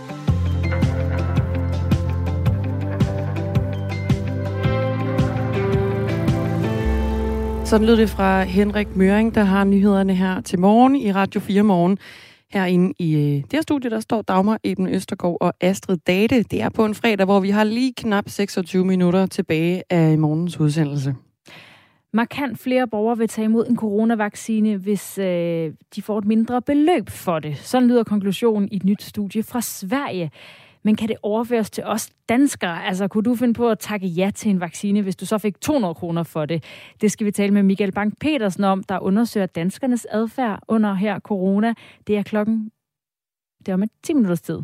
Sådan lød det fra Henrik Møring, der har nyhederne her til morgen i Radio 4 Morgen. Herinde i det her studie, der står Dagmar Eben Østergaard og Astrid Date. Det er på en fredag, hvor vi har lige knap 26 minutter tilbage af morgens udsendelse.
Markant flere borgere vil tage imod en coronavaccine, hvis de får et mindre beløb for det. Sådan lyder konklusionen i et nyt studie fra Sverige. Men kan det overføres til os danskere? Altså, kunne du finde på at takke ja til en vaccine, hvis du så fik 200 kroner for det? Det skal vi tale med Michael Bang-Petersen om, der undersøger danskernes adfærd under her corona. Det er klokken... Det er om 10 minutters tid.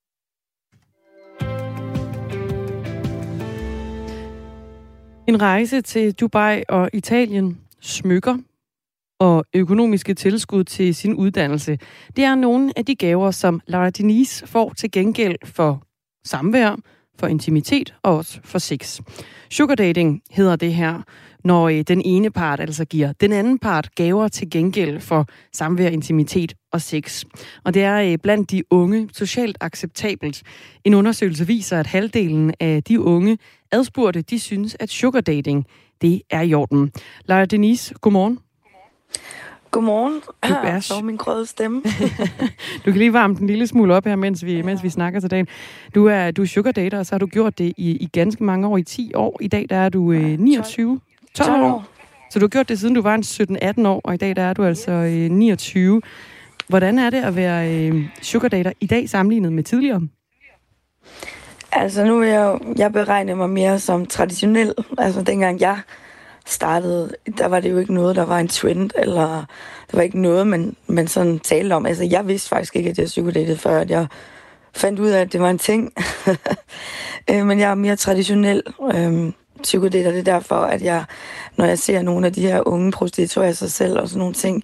En rejse til Dubai og Italien, smykker og økonomiske tilskud til sin uddannelse. Det er nogle af de gaver, som Lara Denise får til gengæld for samvær, for intimitet og også for sex. Sugar dating hedder det her, når den ene part altså giver den anden part gaver til gengæld for samvær, intimitet og sex. Og det er blandt de unge socialt acceptabelt. En undersøgelse viser, at halvdelen af de unge adspurgte, de synes, at sugar dating, det er i orden. Lara Denise, godmorgen.
Godmorgen. Så min grøde stemme.
Du kan lige varme den lille smule op her, mens vi snakker til dagen. Du er sugar dater, og så har du gjort det i ganske mange år, i 10 år. I dag der er du 12 år. Så du har gjort det, siden du var 17-18 år, og i dag der er du altså 29. Hvordan er det at være sugar dater i dag sammenlignet med tidligere?
Altså nu vil jeg beregne mig mere som traditionel. Altså dengang jeg startede, der var det jo ikke noget, der var en trend, eller der var ikke noget, man sådan talte om. Altså jeg vidste faktisk ikke, at jeg sugar datede, før at jeg fandt ud af, at det var en ting. Men jeg er mere traditionel sugar dater. Det er derfor, at når jeg ser nogle af de her unge prostituerer sig selv og sådan nogle ting,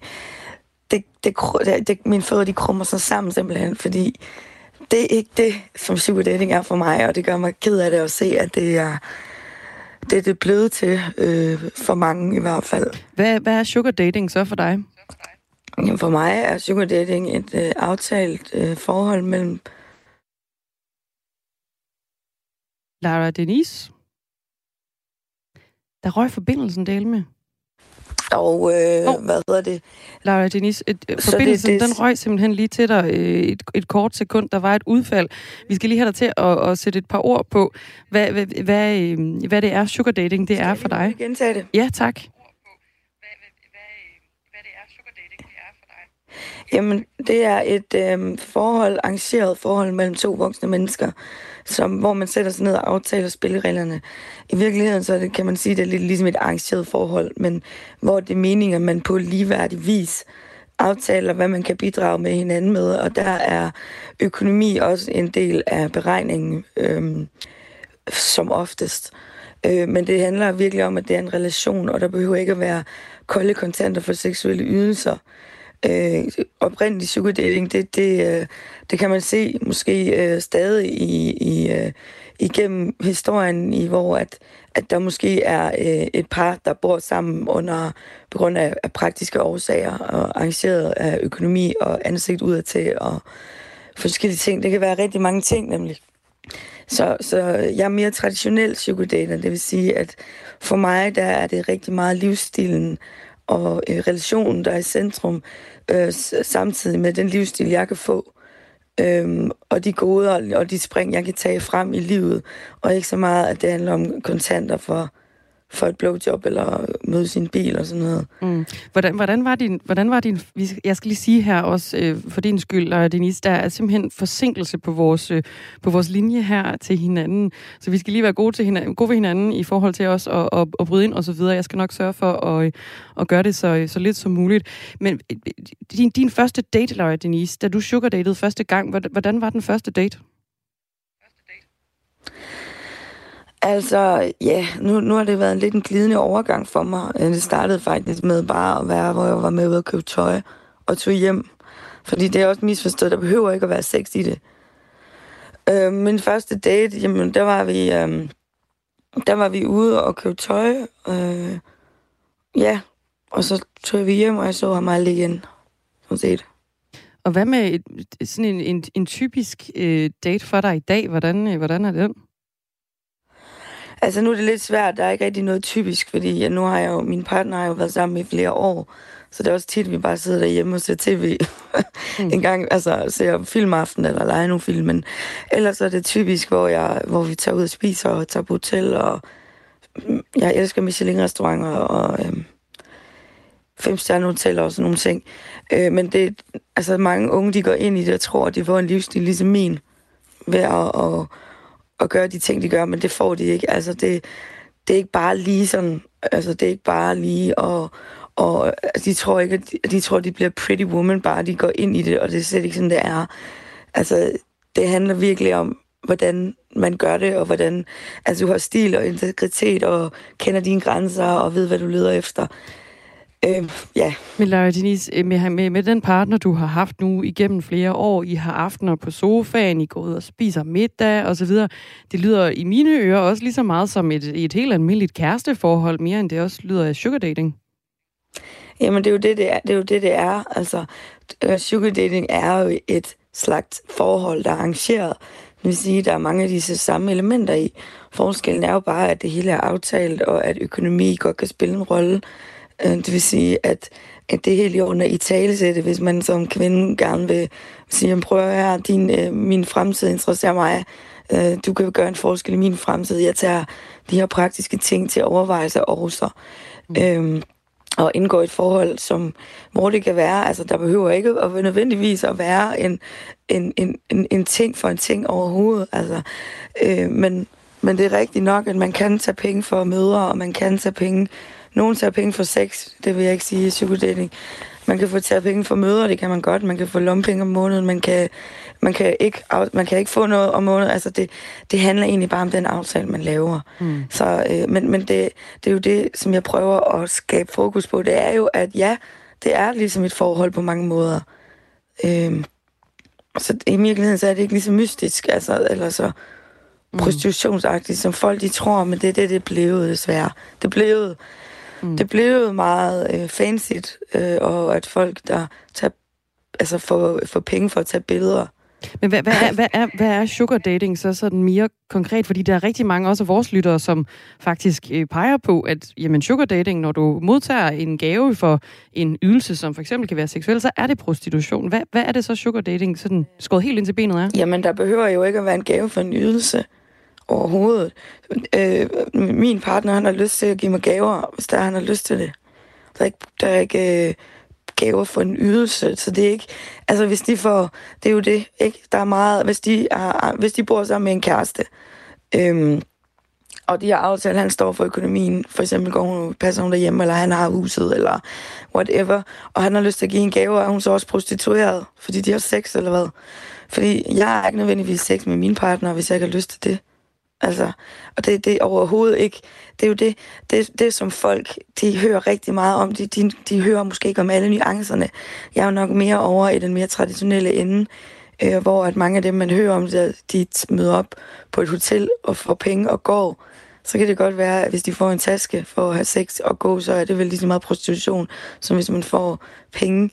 mine fødder, de krummer sig sammen simpelthen, fordi det er ikke det, som sugar dating er for mig, og det gør mig ked af det at se, at det er blevet til for mange i hvert fald.
Hvad er sugar dating så for dig?
Jamen for mig er sugar dating et aftalt forhold mellem...
Lara Denise? Der røg forbindelsen del med.
Og hvad hedder det?
Lara Denise, forbindelsen den røg simpelthen lige til dig et kort sekund. Der var et udfald. Vi skal lige have dig til at sætte et par ord på, hvad det er, sugar dating det er for dig.
Skal jeg gentage det?
Ja, tak.
Hvad det er, sugar dating det er for dig? Jamen, det er et arrangeret forhold mellem to voksne mennesker, hvor man sætter sig ned og aftaler spillereglerne. I virkeligheden så kan man sige, det er lidt ligesom et arrangeret forhold, men hvor det er meningen, at man på ligeværdig vis aftaler, hvad man kan bidrage med hinanden med, og der er økonomi også en del af beregningen, som oftest. Men det handler virkelig om, at det er en relation, og der behøver ikke at være kolde kontanter for seksuelle ydelser. Oprindelig sugar dating, det kan man se måske stadig igennem historien, hvor at der måske er et par, der bor sammen på grund af praktiske årsager og arrangeret af økonomi og ansigt udadtil og forskellige ting. Det kan være rigtig mange ting nemlig. Så jeg er mere traditionel sugar dater, det vil sige, at for mig der er det rigtig meget livsstilen og relationen, der er i centrum, samtidig med den livsstil, jeg kan få, og de goder og de spring, jeg kan tage frem i livet, og ikke så meget, at det handler om kontanter for et blowjob eller møde sin bil og sådan noget.
Mm. Hvordan var din jeg skal lige sige her også for din skyld, og Denise, der er simpelthen forsinkelse på vores linje her til hinanden, så vi skal lige være gode ved hinanden i forhold til os at bryde ind og så videre. Jeg skal nok sørge for at gøre det så lidt som muligt. Men din første date, Lara Denise, da du sugar datede første gang, hvordan var den første date?
Altså, ja, nu har det været lidt en glidende overgang for mig. Det startede faktisk med bare at være, hvor jeg var med ude at købe tøj og tog hjem. Fordi det er også misforstået, der behøver ikke at være sex i det. Min første date, jamen, der var vi ude og købe tøj. Ja, og så tog vi hjem, og jeg så ham aldrig igen.
Og hvad med sådan en typisk date for dig i dag? Hvordan er den?
Altså nu er det lidt svært, der er ikke rigtig noget typisk, fordi nu har min partner har jo været sammen i flere år, så det er også tit, at vi bare sidder derhjemme og ser tv en gang, altså ser filmaften eller leger nogle film, men ellers er det typisk, hvor vi tager ud og spiser og tager på hotel, og jeg elsker Michelin-restauranter og 5-stjerne hoteller og sådan nogle ting. Men det altså mange unge, de går ind i det og tror, at de får en livsstil ligesom min, ved at gøre de ting, de gør, men det får de ikke. Altså, det er ikke bare lige sådan, altså, det er ikke bare lige, og de tror ikke, de tror, de bliver pretty woman, bare de går ind i det, og det er slet ikke sådan, det er. Altså, det handler virkelig om, hvordan man gør det, og hvordan, altså, du har stil og integritet, og kender dine grænser, og ved, hvad du leder efter. Ja.
Men Lara Denise, med den partner, du har haft nu igennem flere år, I har aftener på sofaen, I går ud og spiser middag osv., det lyder i mine ører også lige så meget som et helt almindeligt kæresteforhold, mere end det også lyder af sugar dating.
Jamen, det er jo det, det er. Altså, sugar dating er jo et slags forhold, der er arrangeret. Det vil sige, at der er mange af disse samme elementer i. Forskellen er jo bare, at det hele er aftalt, og at økonomi godt kan spille en rolle. Det vil sige, at det er helt i orden at italesætte, hvis man som kvinde gerne vil sige, prøv at høre, min fremtid interesserer mig. Du kan gøre en forskel i min fremtid. Jeg tager de her praktiske ting til overvejelse også. Og indgå et forhold, hvor det kan være, altså der behøver ikke at nødvendigvis at være en ting for en ting overhovedet. Altså, men det er rigtigt nok, at man kan tage penge for mødre, og man kan tage penge. Nogen tager penge for sex, det vil jeg ikke sige i sugar dating. Man kan få taget penge for mødre, det kan man godt. Man kan få lommepenge om måneden, man kan ikke få noget om måneden. Altså det handler egentlig bare om den aftale, man laver. Så, men det er jo det, som jeg prøver at skabe fokus på. Det er jo, at ja, det er ligesom et forhold på mange måder. Så i virkeligheden så er det ikke lige så mystisk, altså, eller så prostitutionsagtigt, som folk de tror, men det er det blevet desværre. Det blev meget fancyt, og at folk, der tager, får penge for at tage billeder.
Men hvad er sugar dating så sådan mere konkret? Fordi der er rigtig mange også af vores lyttere, som faktisk peger på, at jamen, sugar dating, når du modtager en gave for en ydelse, som for eksempel kan være seksuel, så er det prostitution. Hvad er det så sugar dating sådan skåret helt ind til benet er?
Jamen, der behøver jo ikke at være en gave for en ydelse overhovedet. Min partner, han har lyst til at give mig gaver, hvis han har lyst til det. Der er ikke gaver for en ydelse, så det er ikke, altså hvis de får, det er jo det, ikke? Der er meget, hvis de bor sammen med en kæreste, og de har aftalt, han står for økonomien, for eksempel passer hun derhjemme, eller han har huset, eller whatever, og han har lyst til at give en gave, og hun så også prostitueret, fordi de har sex, eller hvad? Fordi jeg har ikke nødvendigvis sex med min partner, hvis jeg ikke har lyst til det. Altså, og det er overhovedet ikke, det er jo det som folk, de hører rigtig meget om, de hører måske ikke om alle nuancerne. Jeg er jo nok mere over i den mere traditionelle ende, hvor at mange af dem, man hører om, de møder op på et hotel og får penge og går. Så kan det godt være, at hvis de får en taske for at have sex og gå, så er det vel lige så meget prostitution, som hvis man får penge.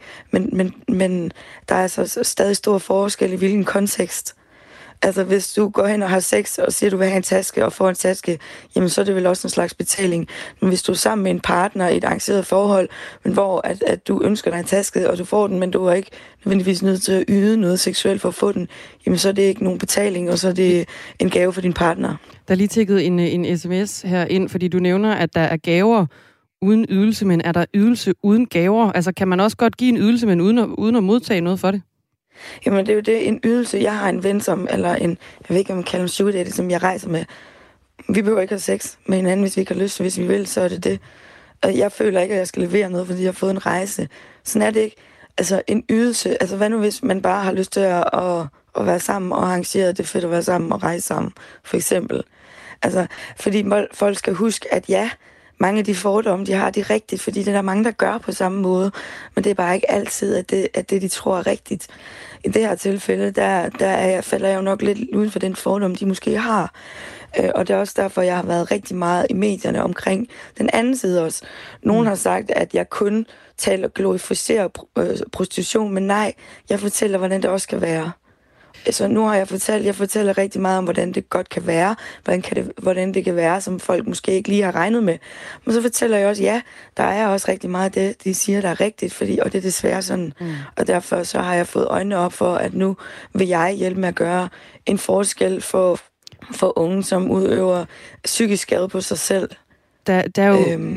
Men der er altså stadig stor forskel i hvilken kontekst. Altså, hvis du går hen og har sex og siger, at du vil have en taske og får en taske, jamen så er det vel også en slags betaling. Men hvis du er sammen med en partner i et arrangeret forhold, men hvor at du ønsker dig en taske, og du får den, men du er ikke nødvendigvis nødt til at yde noget seksuelt for at få den, jamen så er det ikke nogen betaling, og så er det en gave for din partner.
Der er lige tækket en sms her ind, fordi du nævner, at der er gaver uden ydelse, men er der ydelse uden gaver? Altså, kan man også godt give en ydelse, men uden at modtage noget for det?
Jamen, det er jo det, en ydelse. Jeg har en ven eller jeg ved ikke, om man kalder ham sugar daddy, som jeg rejser med. Vi behøver ikke have sex med hinanden, hvis vi ikke har lyst. Hvis vi vil, så er det det. Og jeg føler ikke, at jeg skal levere noget, fordi jeg har fået en rejse. Sådan er det ikke. Altså, en ydelse. Altså, hvad nu, hvis man bare har lyst til at være sammen og arrangere det fedt at være sammen og rejse sammen, for eksempel. Altså, fordi folk skal huske, at ja, mange af de fordomme, de har, det er rigtigt, fordi det er der mange, der gør på samme måde, men det er bare ikke altid, at det de tror er rigtigt. I det her tilfælde, falder jeg jo nok lidt uden for den fordom, de måske har. Og det er også derfor, jeg har været rigtig meget i medierne omkring den anden side også. Nogen har sagt, at jeg kun taler og glorificerer prostitution, men nej, jeg fortæller, hvordan det også kan være. Så nu har jeg fortæller rigtig meget om, hvordan det godt kan være, hvordan det kan være, som folk måske ikke lige har regnet med. Men så fortæller jeg også, ja, der er også rigtig meget af det, de siger, der er rigtigt, og det er desværre sådan. Og derfor så har jeg fået øjnene op for, at nu vil jeg hjælpe med at gøre en forskel for unge, som udøver psykisk skade på sig selv.
Der er jo...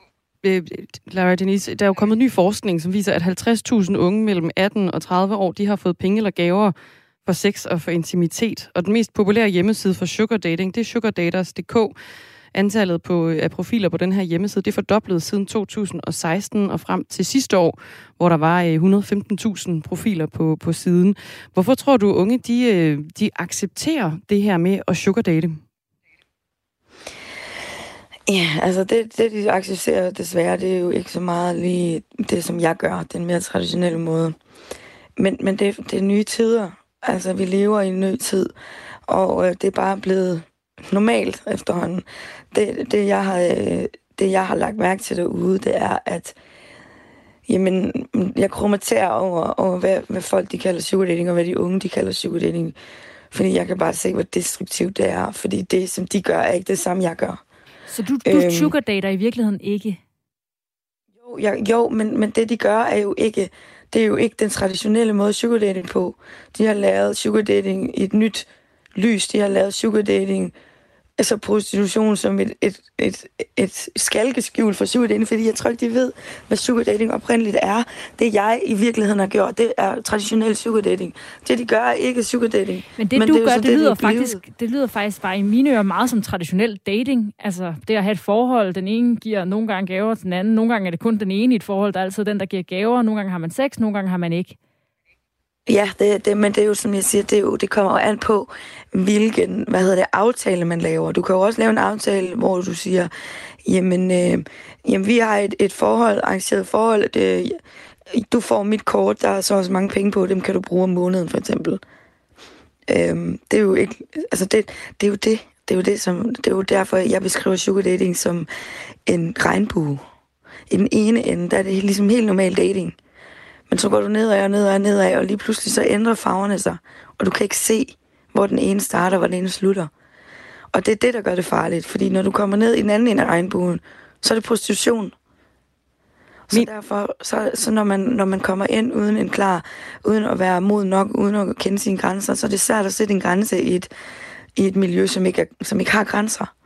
Lara Denise, der er jo kommet ny forskning, som viser, at 50.000 unge mellem 18 og 30 år, de har fået penge eller gaver for sex og for intimitet. Og den mest populære hjemmeside for sugar dating, det er sugardaters.dk. Antallet af profiler på den her hjemmeside, det er fordoblet siden 2016 og frem til sidste år, hvor der var 115.000 profiler på siden. Hvorfor tror du, unge de accepterer det her med at sugardate?
Ja, altså det de accepterer desværre, det er jo ikke så meget lige det, som jeg gør, den mere traditionelle måde. Men det er nye tider. Altså, vi lever i en ny tid, og det er bare blevet normalt efterhånden. Det jeg har lagt mærke til derude, det er, at jamen, jeg krummeterer over hvad folk de kalder sugar dating, og hvad de unge de kalder sugar dating. Fordi jeg kan bare se, hvor destruktivt det er. Fordi det, som de gør, er ikke det samme, jeg gør.
Så du sugar dater i virkeligheden ikke?
Jo, men det de gør er jo ikke... Det er jo ikke den traditionelle måde sugar dating på. De har lavet sugar dating i et nyt lys. De har lavet sugar dating, altså prostitution som et skalkeskjul for sugar dating, fordi jeg tror ikke, de ved, hvad sugar dating oprindeligt er. Det jeg i virkeligheden har gjort, det er traditionel sugar dating. Det de gør er ikke sugar dating.
Men det du gør, det lyder faktisk bare i mine ører meget som traditionel dating. Altså det at have et forhold, den ene giver nogle gange gaver til den anden, nogle gange er det kun den ene i et forhold, der er altid den, der giver gaver, nogle gange har man sex, nogle gange har man ikke.
Ja, men det er jo, som jeg siger, det kommer jo an på, hvilken, aftale man laver. Du kan jo også lave en aftale, hvor du siger, jamen vi har et forhold, arrangeret forhold, du får mit kort, der er så også mange penge på, dem kan du bruge om måneden, for eksempel. Det er jo ikke, altså det er jo det. Det er jo derfor, jeg beskriver sugar dating som en regnbue. I den ene ende, der er det ligesom helt normal dating. Men så går du nedad, og lige pludselig så ændrer farverne sig. Og du kan ikke se, hvor den ene starter, hvor den ene slutter. Og det er det, der gør det farligt. Fordi når du kommer ned i den anden ende af regnbuen, så er det prostitution. Så derfor, så når man kommer ind uden at være mod nok, uden at kende sine grænser, så er det svært at sætte en grænse i et miljø, som ikke har grænser.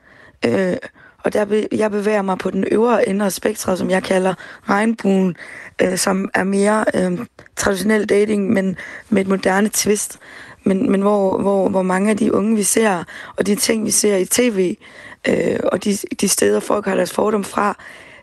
Og jeg bevæger mig på den øvre ende af spektret, som jeg kalder regnbuen, som er mere traditionel dating, men med et moderne twist. Men hvor mange af de unge, vi ser, og de ting, vi ser i tv, og de steder, folk har deres fordom fra,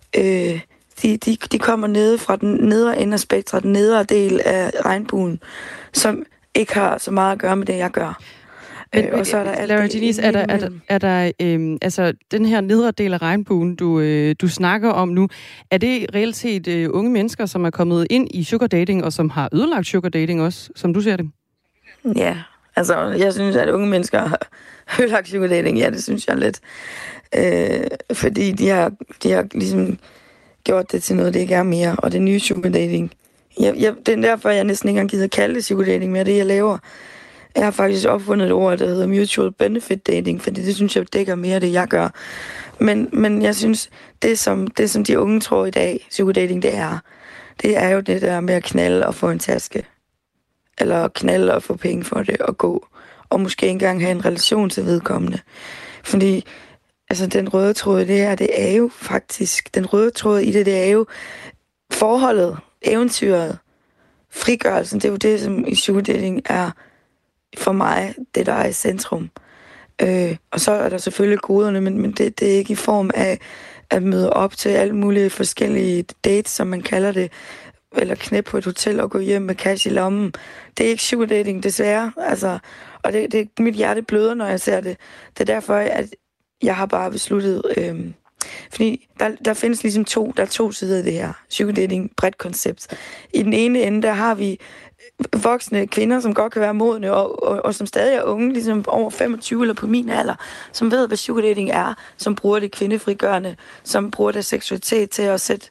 de kommer nede fra den nedre ende af spektret, den nedre del af regnbuen, som ikke har så meget at gøre med det, jeg gør.
Og så er der Larry Denise, er der altså den her nedre del af regnbuen, du snakker om nu, er det reelt set unge mennesker, som er kommet ind i sugar dating, og som har ødelagt sugar dating også, som du ser det?
Ja, altså jeg synes, at unge mennesker har ødelagt sugar dating, ja, det synes jeg lidt. Fordi de har ligesom gjort det til noget, det ikke er mere, og det nye sugar dating. Det er derfor, jeg næsten ikke engang gider kalde det sugar dating mere, det jeg laver. Jeg har faktisk opfundet et ord, der hedder mutual benefit dating, fordi det synes jeg dækker mere det, jeg gør. Men jeg synes, det som de unge tror i dag, sugar dating, det er jo det der med at knalde og få en taske. Eller knalde og få penge for det og gå. Og måske engang have en relation til vedkommende. Fordi altså, den røde tråd i det her, det er jo faktisk, den røde tråd i det er jo forholdet, eventyret, frigørelsen. Det er jo det, som i sugar dating er for mig, det der er i centrum. Og så er der selvfølgelig goderne, men det er ikke i form af at møde op til alle mulige forskellige dates, som man kalder det, eller knæppe på et hotel og gå hjem med cash i lommen. Det er ikke sugar dating, desværre. Altså, og mit hjerte bløder, når jeg ser det. Det er derfor, at jeg har bare besluttet, fordi der findes ligesom der er to sider af det her sugar dating bredt koncept. I den ene ende, der har vi voksne kvinder, som godt kan være modne, og som stadig er unge, ligesom over 25 eller på min alder, som ved, hvad sugar dating er, som bruger det kvindefrigørende, som bruger det seksualitet til at sætte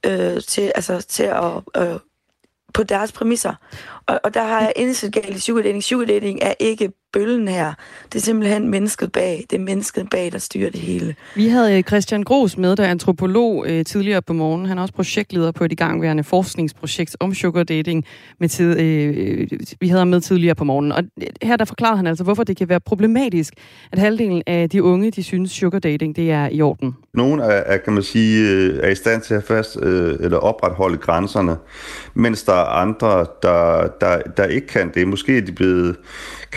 på deres præmisser. Og der har jeg indset galt i sugar dating. Sugar dating er ikke bøllen her. Det er simpelthen mennesket bag. Det er mennesket bag, der styrer det hele. Vi
havde Christian Gros med, der er antropolog tidligere på morgen. Han er også projektleder på et igangværende forskningsprojekt om sugar dating. Vi havde ham med tidligere på morgen. Og her der forklarede han altså, hvorfor det kan være problematisk, at halvdelen af de unge, de synes, sugar dating, det er i orden.
Nogle kan man sige, er i stand til at eller opretholde grænserne, mens der er andre, der ikke kan det. Måske er de blevet, kan man sige,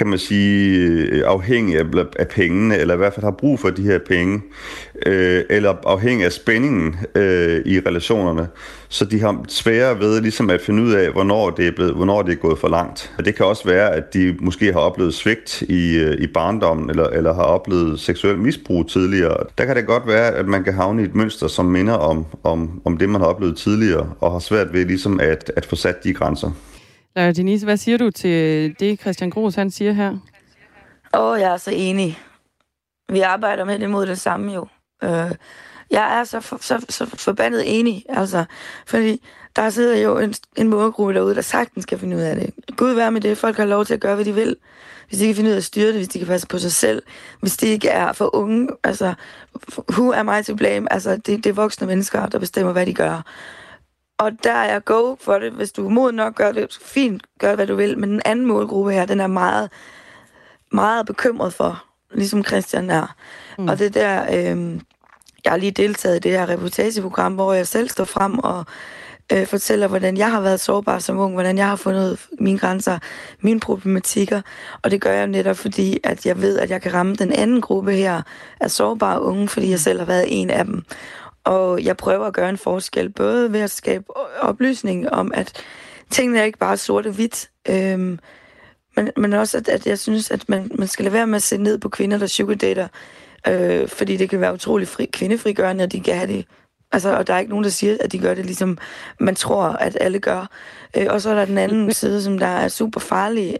de afhængige af pengene, eller i hvert fald har brug for de her penge, eller afhængige af spændingen i relationerne, så de har sværere ved ligesom at finde ud af, hvornår det er gået for langt. Det kan også være, at de måske har oplevet svigt i barndommen, eller har oplevet seksuel misbrug tidligere. Der kan det godt være, at man kan havne i et mønster, som minder om det, man har oplevet tidligere, og har svært ved ligesom at få sat de grænser.
Denise, hvad siger du til det, Christian Gros, han siger her?
Jeg er så enig. Vi arbejder med det mod det samme jo. Jeg er så forbandet enig, altså, fordi der sidder jo en målgruppe derude, der sagtens skal finde ud af det. Gud være med det, folk har lov til at gøre, hvad de vil. Hvis de kan finde ud af at styre det, hvis de kan passe på sig selv, hvis de ikke er for unge, altså, who am I to blame? Altså, det er voksne mennesker, der bestemmer, hvad de gør. Og der er jeg go for det. Hvis du er moden nok, gør det fint, gør hvad du vil. Men den anden målgruppe her, den er meget, meget bekymret for, ligesom Christian er. Og det der, jeg har lige deltaget i det her reportageprogram, hvor jeg selv står frem og fortæller, hvordan jeg har været sårbar som ung, hvordan jeg har fundet mine grænser, mine problematikker. Og det gør jeg netop, fordi at jeg ved, at jeg kan ramme den anden gruppe her af sårbare unge, fordi jeg selv har været en af dem. Og jeg prøver at gøre en forskel, både ved at skabe oplysning om, at tingene er ikke bare sort og hvidt, men også, at jeg synes, at man skal lade være med at se ned på kvinder, der sugardater, fordi det kan være utrolig kvindefrigørende, og de kan have det. Altså, og der er ikke nogen, der siger, at de gør det, ligesom man tror, at alle gør. Og så er der den anden side, som der er super farlig,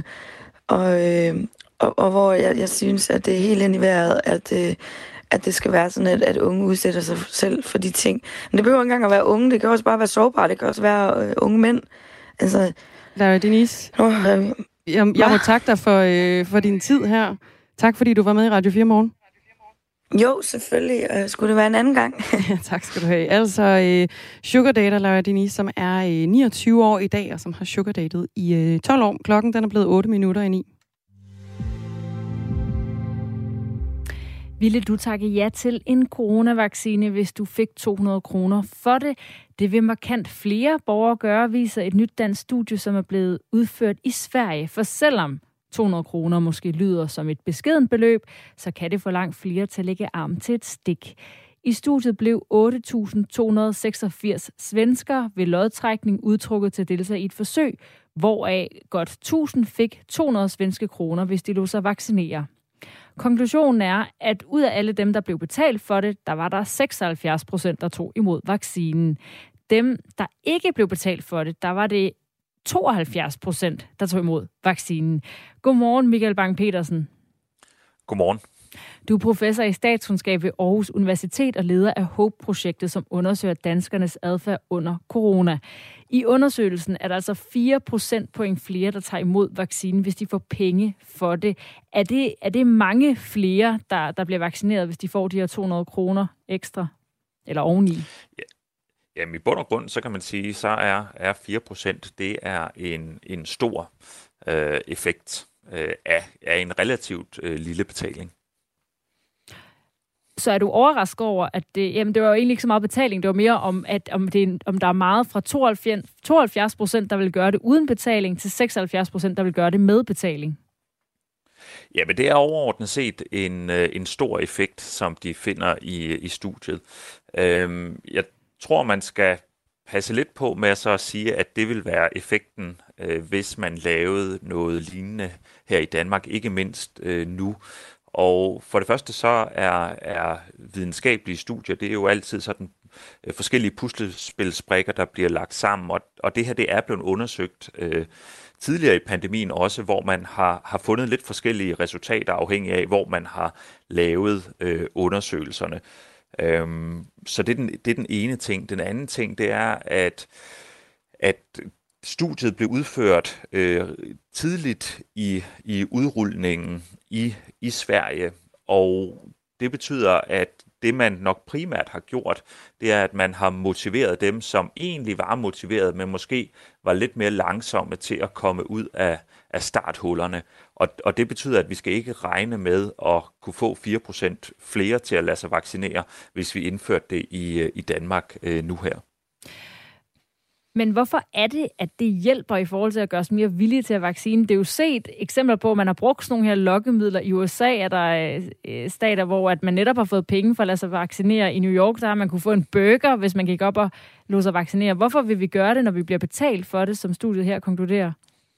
og hvor jeg synes, at det er helt hen i vejret, at det skal være sådan, at unge udsætter sig selv for de ting. Men det behøver ikke engang at være unge, det kan også bare være sårbare, det kan også være unge mænd. Altså,
Denise, jeg må takke dig for din tid her. Tak fordi du var med i Radio 4 Morgen.
Jo, selvfølgelig. Skulle det være en anden gang?
Tak skal du have. Altså, sugardater Laura Denise, som er 29 år i dag, og som har sugardatet i 12 år. Klokken den er blevet 8 minutter i 9.
Ville du takke ja til en coronavaccine, hvis du fik 200 kroner for det? Det vil markant flere borgere gøre, viser et nyt dansk studie, som er blevet udført i Sverige. For selvom 200 kroner måske lyder som et beskedent beløb, så kan det få langt flere til at lægge arm til et stik. I studiet blev 8.286 svensker ved lodtrækning udtrukket til deltagelse i et forsøg, hvoraf godt 1.000 fik 200 svenske kroner, hvis de lod sig vaccinere. Konklusionen er, at ud af alle dem, der blev betalt for det, der var der 76%, der tog imod vaccinen. Dem, der ikke blev betalt for det, der var det 72%, der tog imod vaccinen. Godmorgen, Michael Bang-Petersen.
Godmorgen.
Du er professor i statskundskab ved Aarhus Universitet og leder af HOPE-projektet, som undersøger danskernes adfærd under corona. I undersøgelsen er der altså 4 procentpoint flere, der tager imod vaccinen, hvis de får penge for det. Er det mange flere, der bliver vaccineret, hvis de får de her 200 kroner ekstra eller oveni?
Jamen i bund og grund, så kan man sige, så er 4%, det er en stor effekt af en relativt lille betaling.
Så er du overrasket over, at det var jo egentlig ikke så meget betaling, det var mere om der er meget fra 72%, der vil gøre det uden betaling, til 76%, der vil gøre det med betaling?
Ja, men det er overordnet set en stor effekt, som de finder i studiet. Jeg tror, man skal passe lidt på med så at sige, at det vil være effekten, hvis man lavede noget lignende her i Danmark, ikke mindst nu. Og for det første så er videnskabelige studier, det er jo altid sådan forskellige puslespilsbrikker, der bliver lagt sammen, og det her det er blevet undersøgt tidligere i pandemien også, hvor man har fundet lidt forskellige resultater afhængig af, hvor man har lavet undersøgelserne. Så det er den ene ting. Den anden ting, det er, at studiet blev udført tidligt i udrulningen i Sverige, og det betyder, at det man nok primært har gjort, det er, at man har motiveret dem, som egentlig var motiveret, men måske var lidt mere langsomme til at komme ud af starthullerne. Og det betyder, at vi skal ikke regne med at kunne få 4% flere til at lade sig vaccinere, hvis vi indførte det i Danmark nu her.
Men hvorfor er det, at det hjælper i forhold til at gøre os mere villige til at vaccine? Det er jo set eksempler på, at man har brugt sådan nogle her lokkemidler. I USA er der stater, hvor at man netop har fået penge for at lade sig vaccinere. I New York, der har man kunne få en burger, hvis man gik op og lod sig vaccinere. Hvorfor vil vi gøre det, når vi bliver betalt for det, som studiet her konkluderer?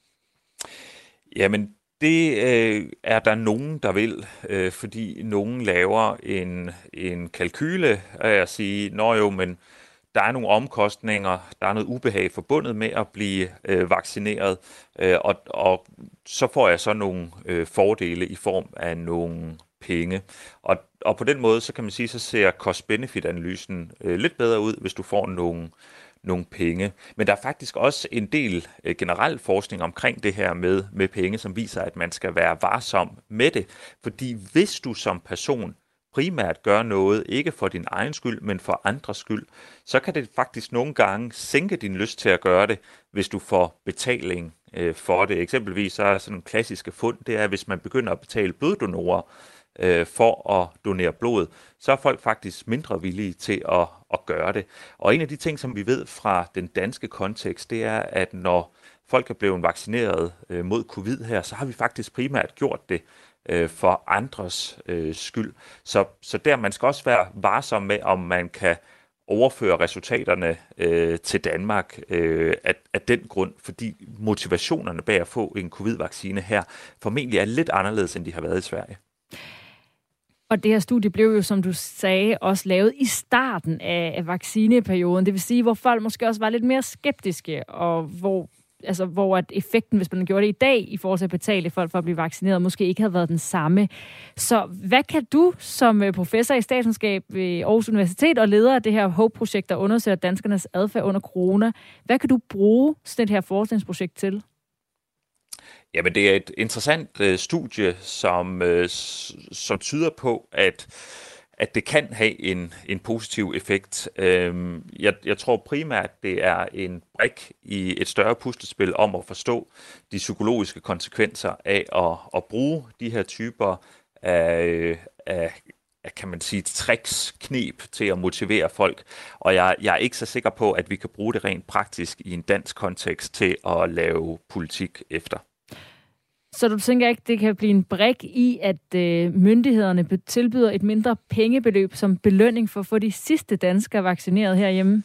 Jamen, det er der nogen, der vil, fordi nogen laver en kalkyle af at sige, nå jo, men der er nogle omkostninger, der er noget ubehag forbundet med at blive vaccineret, og så får jeg så nogle fordele i form af nogle penge. Og på den måde, så kan man sige, så ser cost-benefit-analysen lidt bedre ud, hvis du får nogle penge. Men der er faktisk også en del generel forskning omkring det her med penge, som viser, at man skal være varsom med det. Fordi hvis du som person primært gør noget, ikke for din egen skyld, men for andres skyld, så kan det faktisk nogle gange sænke din lyst til at gøre det, hvis du får betaling for det. Eksempelvis så er sådan en klassiske fund, det er, hvis man begynder at betale bloddonorer for at donere blod, så er folk faktisk mindre villige til at gøre det. Og en af de ting, som vi ved fra den danske kontekst, det er, at når folk er blevet vaccineret mod covid her, så har vi faktisk primært gjort det for andres skyld. Så der man skal også være varsom med, om man kan overføre resultaterne til Danmark af den grund, fordi motivationerne bag at få en covid-vaccine her formentlig er lidt anderledes, end de har været i Sverige.
Og det her studie blev jo, som du sagde, også lavet i starten af vaccineperioden. Det vil sige, hvor folk måske også var lidt mere skeptiske, og hvor at effekten, hvis man gjorde det i dag, i forhold til at betale folk for at blive vaccineret, måske ikke havde været den samme. Så hvad kan du som professor i statskundskab ved Aarhus Universitet og leder af det her HOPE-projekt, der undersøger danskernes adfærd under corona, hvad kan du bruge sådan et her forskningsprojekt til?
Jamen, det er et interessant studie, som tyder på, at det kan have en positiv effekt. Jeg tror primært, det er en brik i et større puslespil om at forstå de psykologiske konsekvenser af at bruge de her typer af kan man sige, tricks, kneb til at motivere folk. Og jeg er ikke så sikker på, at vi kan bruge det rent praktisk i en dansk kontekst til at lave politik efter.
Så du tænker ikke, det kan blive en brik i, at myndighederne tilbyder et mindre pengebeløb som belønning for at få de sidste danskere vaccineret herhjemme?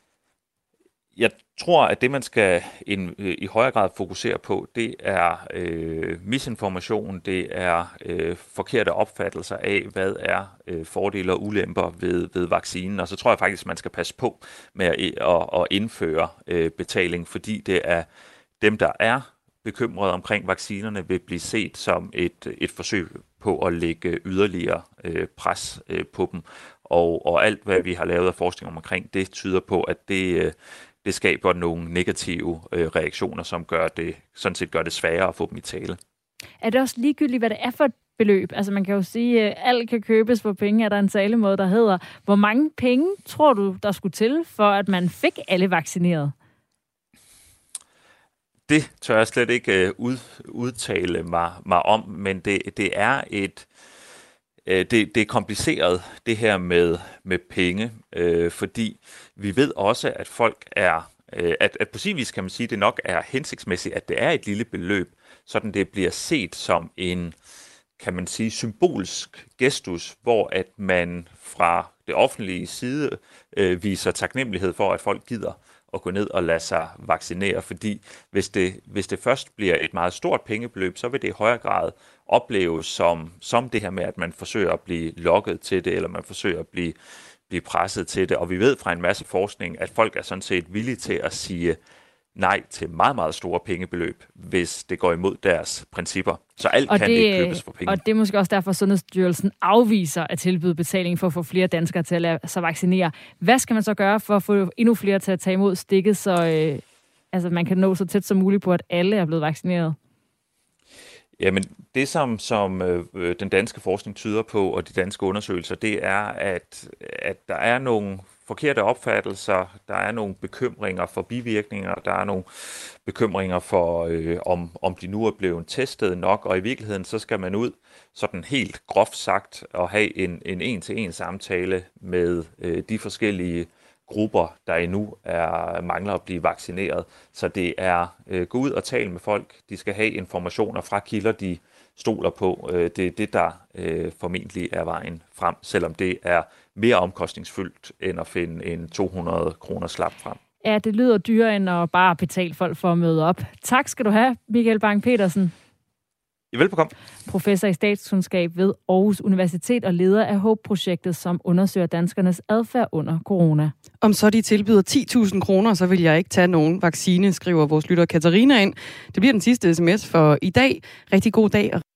Jeg tror, at det, man skal i højere grad fokusere på, det er misinformation, det er forkerte opfattelser af, hvad er fordele og ulemper ved vaccinen. Og så tror jeg faktisk, at man skal passe på med at indføre betaling, fordi det er dem, der er bekymrede omkring vaccinerne, vil blive set som et forsøg på at lægge yderligere pres på dem. Og alt, hvad vi har lavet af forskning omkring, det tyder på, at det skaber nogle negative reaktioner, som sådan set gør det sværere at få dem i tale. Er
det også ligegyldigt, hvad det er for et beløb? Altså man kan jo sige, at alt kan købes for penge, er der en talemåde, der hedder. Hvor mange penge tror du, der skulle til, for at man fik alle vaccineret?
Det tør jeg slet ikke udtale mig om, men det er det er kompliceret, det her med penge, fordi vi ved også, at folk er, at på sin vis kan man sige, at det nok er hensigtsmæssigt, at det er et lille beløb, sådan det bliver set som en, kan man sige, symbolsk gestus, hvor at man fra det offentlige side viser taknemmelighed for, at folk gider at gå ned og lade sig vaccinere, fordi hvis det først bliver et meget stort pengebeløb, så vil det i højere grad opleves som det her med, at man forsøger at blive lokket til det, eller man forsøger at blive presset til det. Og vi ved fra en masse forskning, at folk er sådan set villige til at sige nej til meget, meget store pengebeløb, hvis det går imod deres principper. Så alt kan ikke købes for penge.
Og det er måske også derfor, Sundhedsstyrelsen afviser at tilbyde betaling for at få flere danskere til at lade sig vaccinere. Hvad skal man så gøre for at få endnu flere til at tage imod stikket, så man kan nå så tæt som muligt på, at alle er blevet vaccineret?
Jamen, det som den danske forskning tyder på, og de danske undersøgelser, det er, at der er nogle forkerte opfattelser, der er nogle bekymringer for bivirkninger, der er nogle bekymringer for, om de nu er blevet testet nok, og i virkeligheden så skal man ud, sådan helt groft sagt, og have en en-til-en samtale med de forskellige grupper, der endnu mangler at blive vaccineret. Så det er gå ud og tale med folk. De skal have informationer fra kilder, de stoler på. Det er det, der formentlig er vejen frem, selvom det er mere omkostningsfyldt end at finde en 200 kroner slap frem.
Ja, det lyder dyrere end at bare betale folk for at møde op. Tak skal du have, Michael Bang-Petersen.
Velbekomme.
Professor i statskundskab ved Aarhus Universitet og leder af HOPE-projektet, som undersøger danskernes adfærd under corona.
Om så de tilbyder 10.000 kroner, så vil jeg ikke tage nogen vaccine, skriver vores lytter Katarina ind. Det bliver den sidste sms for i dag. Rigtig god dag.